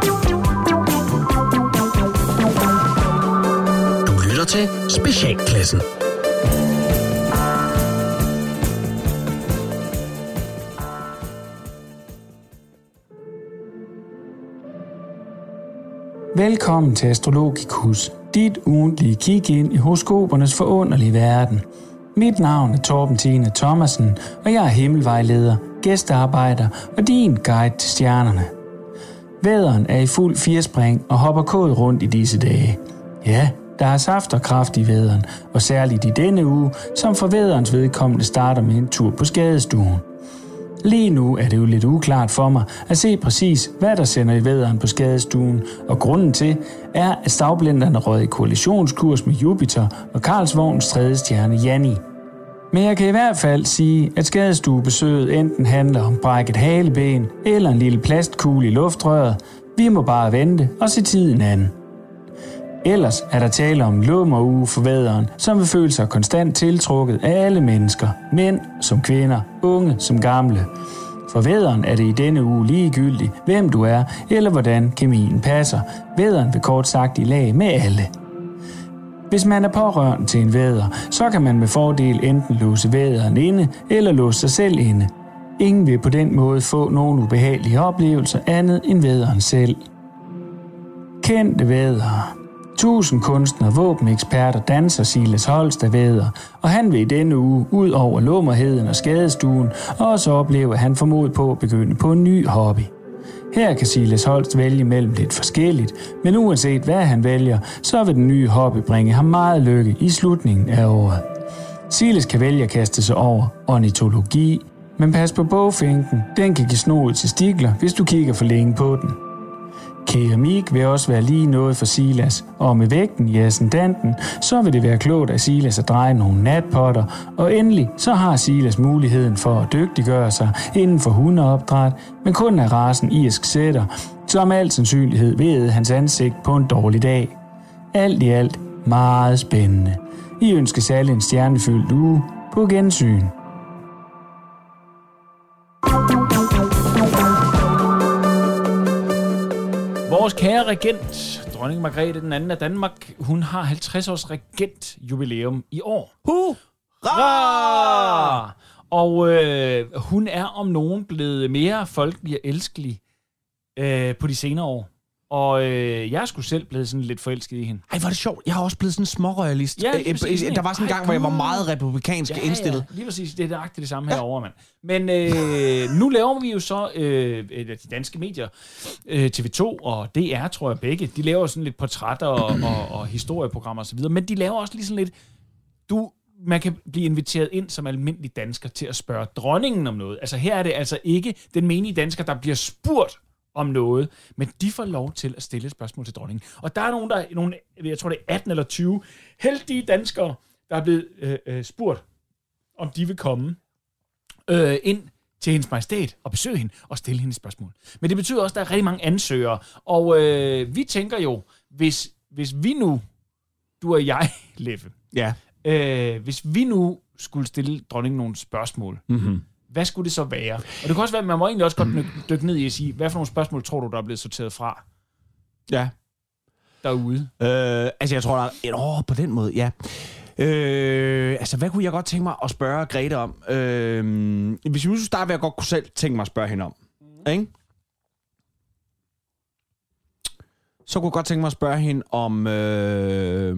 S6: Lytter til Specialklassen.
S10: Velkommen til Astrologikus, dit ugentlige kig ind i horoskopernes forunderlige verden. Mit navn er Torben Tine Thomasen, og jeg er himmelvejleder, gæstearbejder og din guide til stjernerne. Vædderen er i fuld firespring og hopper kåd rundt i disse dage. Ja, der er saft og kraft i vædderen, og særligt i denne uge, som for vædderens vedkommende starter med en tur på skadestuen. Lige nu er det jo lidt uklart for mig at se præcis, hvad der sender i vædderen på skadestuen, og grunden til er, at stavblenderne rød i koalitionskurs med Jupiter og Karlsvognens tredje stjerne Janni. Men jeg kan i hvert fald sige, at skadestuebesøget enten handler om brækket haleben eller en lille plastkugle i luftrøret. Vi må bare vente og se tiden an. Ellers er der tale om lummeruge for vædderen, som vil føle sig konstant tiltrukket af alle mennesker, mænd som kvinder, unge som gamle. For vædderen er det i denne uge ligegyldigt, hvem du er, eller hvordan kemien passer. Vædderen vil kort sagt i lag med alle. Hvis man er pårørende til en vædder, så kan man med fordel enten låse vædderen inde, eller låse sig selv inde. Ingen vil på den måde få nogen ubehagelige oplevelser andet end vædderen selv. Kendte væddere. Tusind kunstnere, våbeneksperter, danser Silas Holst af vædder, og han vil i denne uge, ud over lummerheden og skadestuen, også opleve, at han formoder på at begynde på en ny hobby. Her kan Silas Holst vælge mellem lidt forskelligt, men uanset hvad han vælger, så vil den nye hobby bringe ham meget lykke i slutningen af året. Silas kan vælge at kaste sig over ornitologi, men pas på bogfinken, den kan give snoede testikler, hvis du kigger for længe på den. Keramik vil også være lige noget for Silas, og med vægten i ascendanten, så vil det være klogt af Silas at dreje nogle natpotter, og endelig så har Silas muligheden for at dygtiggøre sig inden for hundeopdræt, men kun af rasen irsk setter, som al sandsynlighed ved hans ansigt på en dårlig dag. Alt i alt meget spændende. I ønsker særlig en stjernefyldt uge på gensyn.
S2: Vores kære regent, dronning Margrethe den anden af Danmark, hun har halvtreds års regentjubilæum i år.
S3: Hurra!
S2: Og øh, hun er om nogen blevet mere folkelig og elskelig øh, på de senere år. Og øh, jeg er sgu selv blevet sådan lidt forelsket i hende.
S3: Ej, hvor er det sjovt. Jeg har også blevet sådan en småroyalist.
S2: Ja,
S3: Æ, præcis, der var sådan en gang, hvor jeg var meget republikansk
S2: ja,
S3: indstillet.
S2: Ja, lige præcis. Det er nøjagtigt det samme ja. herovre, mand. Men øh, nu laver vi jo så øh, de danske medier, øh, T V to og D R, tror jeg begge, de laver sådan lidt portrætter og, og, og historieprogrammer og så videre, men de laver også lige sådan lidt, du, man kan blive inviteret ind som almindelig dansker til at spørge dronningen om noget. Altså her er det altså ikke den menige dansker, der bliver spurgt om noget, men de får lov til at stille et spørgsmål til dronningen. Og der er nogen, der er nogle, jeg tror det er atten eller tyve heldige danskere, der er blevet øh, øh, spurgt, om de vil komme øh, ind til hendes majestæt og besøge hende og stille hende et spørgsmål. Men det betyder også, at der er rigtig mange ansøgere, og øh, vi tænker jo, hvis, hvis vi nu, du og jeg, Leffe,
S3: ja.
S2: øh, hvis vi nu skulle stille dronningen nogle spørgsmål,
S3: mm-hmm. hvad
S2: skulle det så være? Og det kan også være, at man må egentlig også godt dykke ned i at sige, hvad for nogle spørgsmål tror du, der er blevet sorteret fra?
S3: Ja.
S2: Derude.
S3: Øh, altså, jeg tror, der er et år på den måde, ja. Øh, altså, hvad kunne jeg godt tænke mig at spørge Grete om? Øh, hvis vi nu starter, vil jeg godt kunne selv tænke mig at spørge hende om. Mm. Ikke? Så kunne jeg godt tænke mig at spørge hende om... Øh,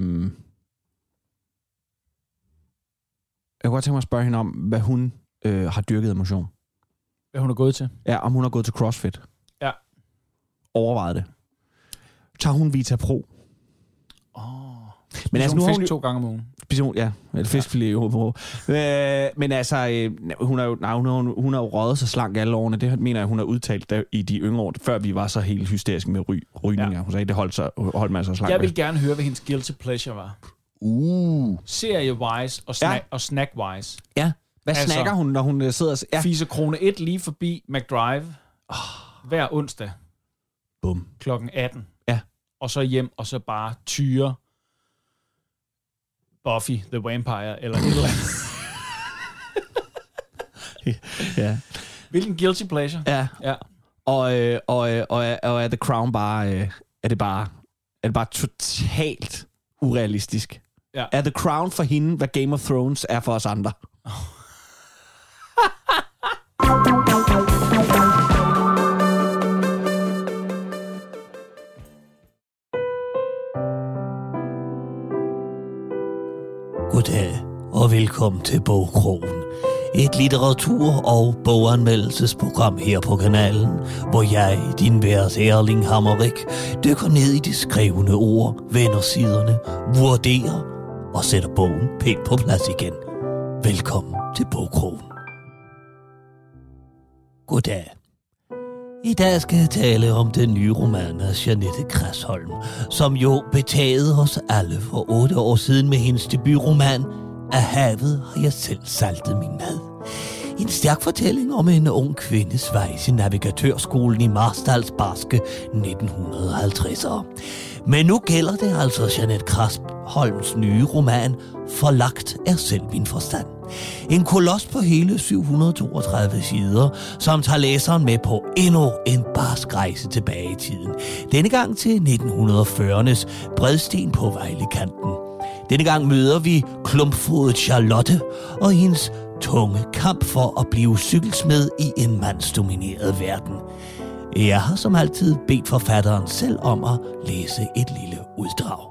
S3: jeg kunne godt tænke mig at spørge hende om, hvad hun øh, har dyrket af motion.
S2: Hvad hun har gået til?
S3: Ja, om hun har gået til CrossFit.
S2: Ja.
S3: Overvejet det. Tager hun Vita Pro?
S2: Åh. Oh.
S3: Men altså,
S2: nu
S3: fisk
S2: hun to gange om ugen.
S3: Spiser ja, eller fiskfilet ja. på. Øh, men altså, øh, hun er jo, nej, hun har, hun har jo røget så slank alle årene. Det mener jeg, hun har udtalt der, i de yngre år, før vi var så helt hysteriske med ry, rygninger. Ja. Hun sagde, det holdt, så, holdt man så slank.
S2: Jeg vil gerne høre, hvad hendes guilty pleasure var.
S3: Uh.
S2: Serie-wise og, snack, ja. og snack-wise.
S3: Ja. Hvad altså, snakker hun, når hun sidder og...
S2: Ja. Fiser krone et lige forbi McDrive. Oh. Hver onsdag.
S3: Bum.
S2: Klokken atten.
S3: Ja.
S2: Og så hjem, og så bare tyre Buffy the Vampire, eller et eller andet.
S3: Ja.
S2: Hvilken guilty pleasure.
S3: Ja.
S2: Ja.
S3: Og, øh, og, øh, og, øh, og er The Crown bare... Øh, er det bare... Er det bare totalt urealistisk?
S2: Ja.
S3: Er The Crown for hende, hvad Game of Thrones er for os andre? Oh.
S11: Goddag og velkommen til Bogkrogen. Et litteratur- og boganmeldelsesprogram her på kanalen, hvor jeg, din vært Erling Hammerik, dykker ned i de skrevne ord, vender siderne, vurderer og sætter bogen pænt på plads igen. Velkommen til Bogkrogen. Goddag. I dag skal jeg tale om den nye roman af Jeanette Kræsholm, som jo betagede os alle for otte år siden med hendes debutroman Af havet har jeg selv saltet min mad. En stærk fortælling om en ung kvindes vej til navigatørskolen i Marstalls barske nitten halvtredsere. Men nu gælder det altså Jeanette Kræsholms nye roman Forlagt er selv min forstand. En kolos på hele syv hundrede toogtredive sider, som tager læseren med på endnu en barsk rejse tilbage i tiden. Denne gang til nitten fyrreernes bredsten på Vejlekanten. Denne gang møder vi klumpfodet Charlotte og hendes tunge kamp for at blive cykelsmed i en mandsdomineret verden. Jeg har som altid bedt forfatteren selv om at læse et lille uddrag.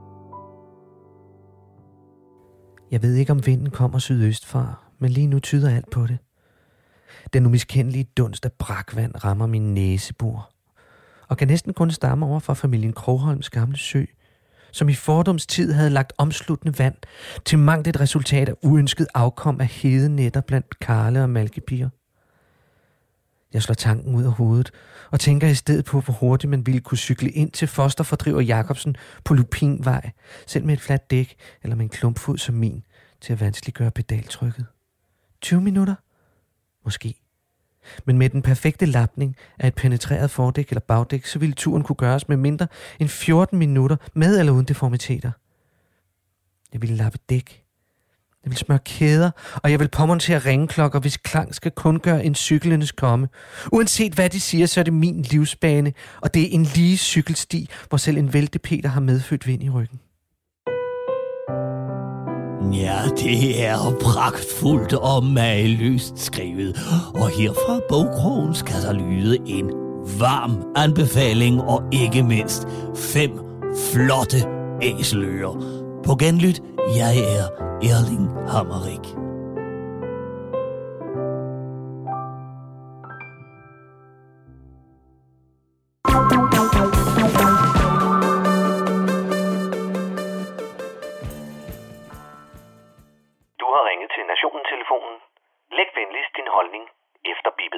S12: Jeg ved ikke, om vinden kommer sydøst fra, men lige nu tyder alt på det. Den umiskendelige dunst af brakvand rammer min næsebor, og kan næsten kun stamme over fra familien Krogholms gamle sø, som i fordoms tid havde lagt omsluttende vand til mangt et resultat af uønsket afkom af hedenætter blandt karle og malkepiger. Jeg slår tanken ud af hovedet og tænker i stedet på, hvor hurtigt man ville kunne cykle ind til fosterfordriver Jacobsen på Lupinvej, selv med et fladt dæk eller med en klumpfod som min, til at vanskeliggøre pedaltrykket. tyve minutter? Måske. Men med den perfekte lapning af et penetreret fordæk eller bagdæk, så ville turen kunne gøres med mindre end fjorten minutter med eller uden deformiteter. Jeg ville lappe dæk. Jeg vil smøre kæder, og jeg vil påmontere ringeklokker, hvis klang skal kun gøre en cyklendes komme. Uanset hvad de siger, så er det min livsbane, og det er en lige cykelsti, hvor selv en væltepeter har medfødt vind i ryggen.
S11: Ja, det er pragtfuldt og mageløst skrevet, og her fra bogkrogen skal der lyde en varm anbefaling og ikke mindst fem flotte æselører. På genlyt, jeg er Erling Hammerik.
S6: Du har ringet til Nationen-telefonen. Læg venligst din holdning efter bippet.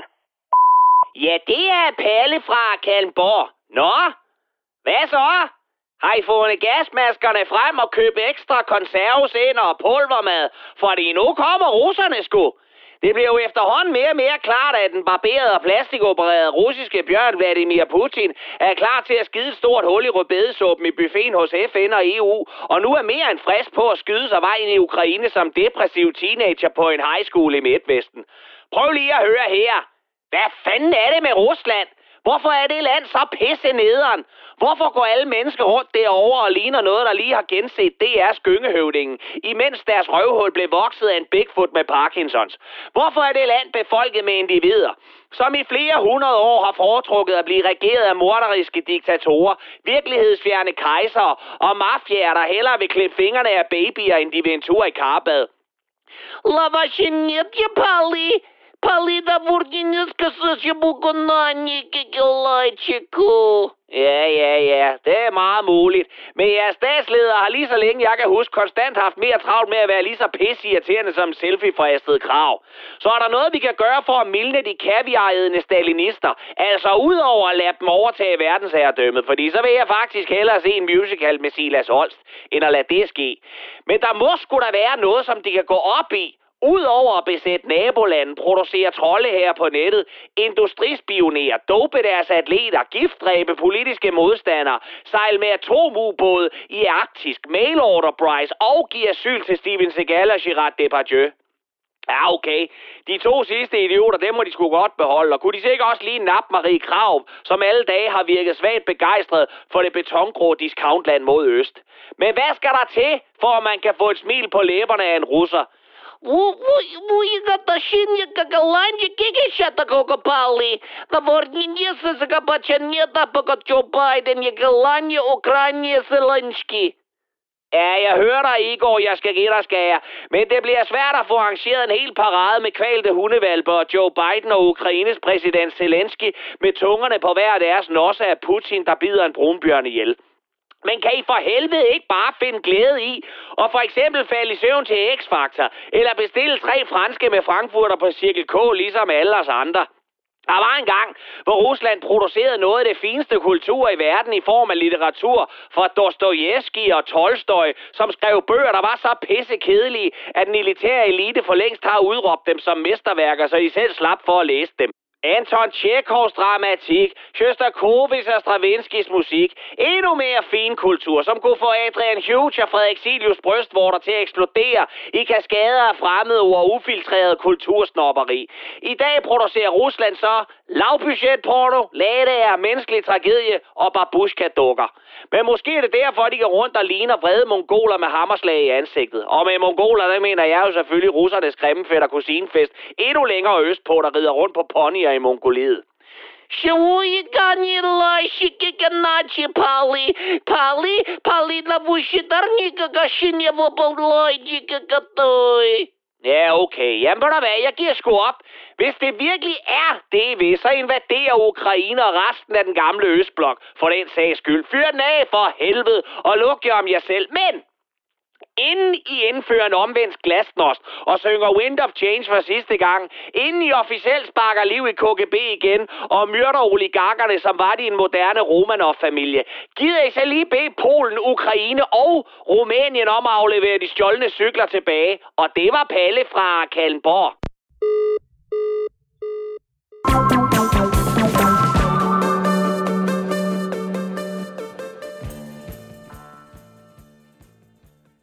S8: Ja, det er Palle fra Kalmborg. Nå, hvad så? Har I fundet gasmaskerne frem og købt ekstra konserves ind og pulvermad? Fordi nu kommer russerne sgu. Det bliver jo efterhånden mere og mere klart, at den barberede og plastikopererede russiske bjørn Vladimir Putin er klar til at skide et stort hul i rødbedesuppen i buffeten hos F N og E U, og nu er mere end frisk på at skyde sig vej ind i Ukraine som depressiv teenager på en high school i Midtvesten. Prøv lige at høre her. Hvad fanden er det med Rusland? Hvorfor er det land så pisse nederen? Hvorfor går alle mennesker rundt derovre og ligner noget, der lige har genset D R's gyngehøvdingen, imens deres røvhul blev vokset af en Bigfoot med Parkinsons? Hvorfor er det land befolket med individer, som i flere hundrede år har foretrukket at blive regeret af morderiske diktatorer, virkelighedsfjerne kejsere og mafiaer, der hellere vil klippe fingrene af babyer, end de vil en tur i karbad? Lavashenetje, Pali! Полина Вургинецка Сачебуконани Кикелайчику. Ja, ja, ja. Det er meget muligt. Men jeres statsleder har lige så længe jeg kan huske konstant haft mere travlt med at være lige så pisseirriterende som selfie-fristet krav. Så er der noget, vi kan gøre for at mildne de kaviarædende stalinister. Altså udover at lade dem overtage verdensherredømmet. Fordi så vil jeg faktisk hellere se en musical med Silas Holst, end at lade det ske. Men der må sgu da være noget, som de kan gå op i. Udover at besætte nabolanden, producere trolde her på nettet, industrispionere, dope deres atleter, giftdræbe politiske modstandere, sejle med atomubåde i Arktisk, mailorder Bryce og give asyl til Steven Seagal og Gerard Depardieu. Ja, okay. De to sidste idioter, dem må de sgu godt beholde. Og kunne de sikkert også lige nappe Marie Krarup, som alle dage har virket svagt begejstret for det betongrå discountland mod øst. Men hvad skal der til, for at man kan få et smil på læberne af en russer? Вуигаташинья Кагаланья Кикищата Кокопали. Наворнинеса Закапачанета Покотчо Байден Ягаланья Украине Zelensky. Ja, jeg hører dig, Igor. Jeg skal give dig skære. Men det bliver svært at få arrangeret en hel parade med kvalte hundevalper og Joe Biden og Ukraines præsident Zelensky med tungerne på hver deres nosse af Putin, der bider en brunbjørn ihjel. Men kan I for helvede ikke bare finde glæde i, og for eksempel falde i søvn til X-Factor, eller bestille tre franske med frankfurter på Cirkel K, ligesom alle os andre? Der var en gang, hvor Rusland producerede noget af det fineste kultur i verden i form af litteratur fra Dostojevskij og Tolstoj, som skrev bøger, der var så pissekedelige, at den elitære elite for længst har udråbt dem som mesterværker, så de selv slap for at læse dem. Anton Tjekhovs dramatik, Sjostakovitjs og Stravinskys musik, endnu mere fin kultur, som kunne få Adrian Hughes og Frederik Silius brystvorter til at eksplodere i kaskader af fremmede og ufiltreret kultursnobberi. I dag producerer Rusland så lavbudgetporno, ladager, menneskelig tragedie og babushka-dukker. Men måske er det derfor, at de går rundt og ligner vrede mongoler med hammerslag i ansigtet. Og med mongoler, der mener jeg jo selvfølgelig russernes grimmefætter kusinefest endnu længere østpå, der rider rundt på ponyer i Mongoliet. Ja, okay. Jamen, ved du hvad, jeg giver sgu op. Hvis det virkelig er det ved, så invaderer Ukraine og resten af den gamle Østblok for den sags skyld. Fyr den af for helvede og luk jer om jer selv. Men inden I indfører en omvendt glasnost og synger Wind of Change for sidste gang, inden I officielt sparker liv i K G B igen og myrder oligarkerne, som var de en moderne Romanov-familie, gider I så lige bede Polen, Ukraine og Rumænien om at aflevere de stjålne cykler tilbage. Og det var Palle fra Kalmborg.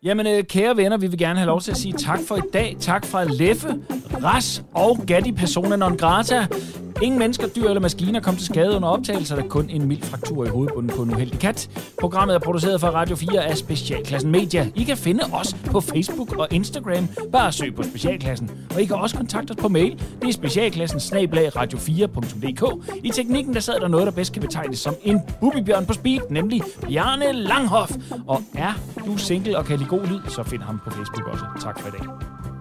S2: Jamen, øh, kære venner, vi vil gerne have lov til at sige tak for i dag. Tak fra Leffe, Ras og Gatti persona non grata. Ingen mennesker, dyr eller maskiner kom til skade under optagelser. Der er kun en mild fraktur i hovedbunden på en uheldig kat. Programmet er produceret for Radio fire af Specialklassen Media. I kan finde os på Facebook og Instagram. Bare søg på Specialklassen. Og I kan også kontakte os på mail. Det er specialklassen snabel-a radio fire punktum d k. I teknikken der sad der noget, der bedst kan betegnes som en bubibjørn på speed, nemlig Bjarne Langhoff. Og er du single og kan lide god lyd, så find ham på Facebook også. Tak for i dag.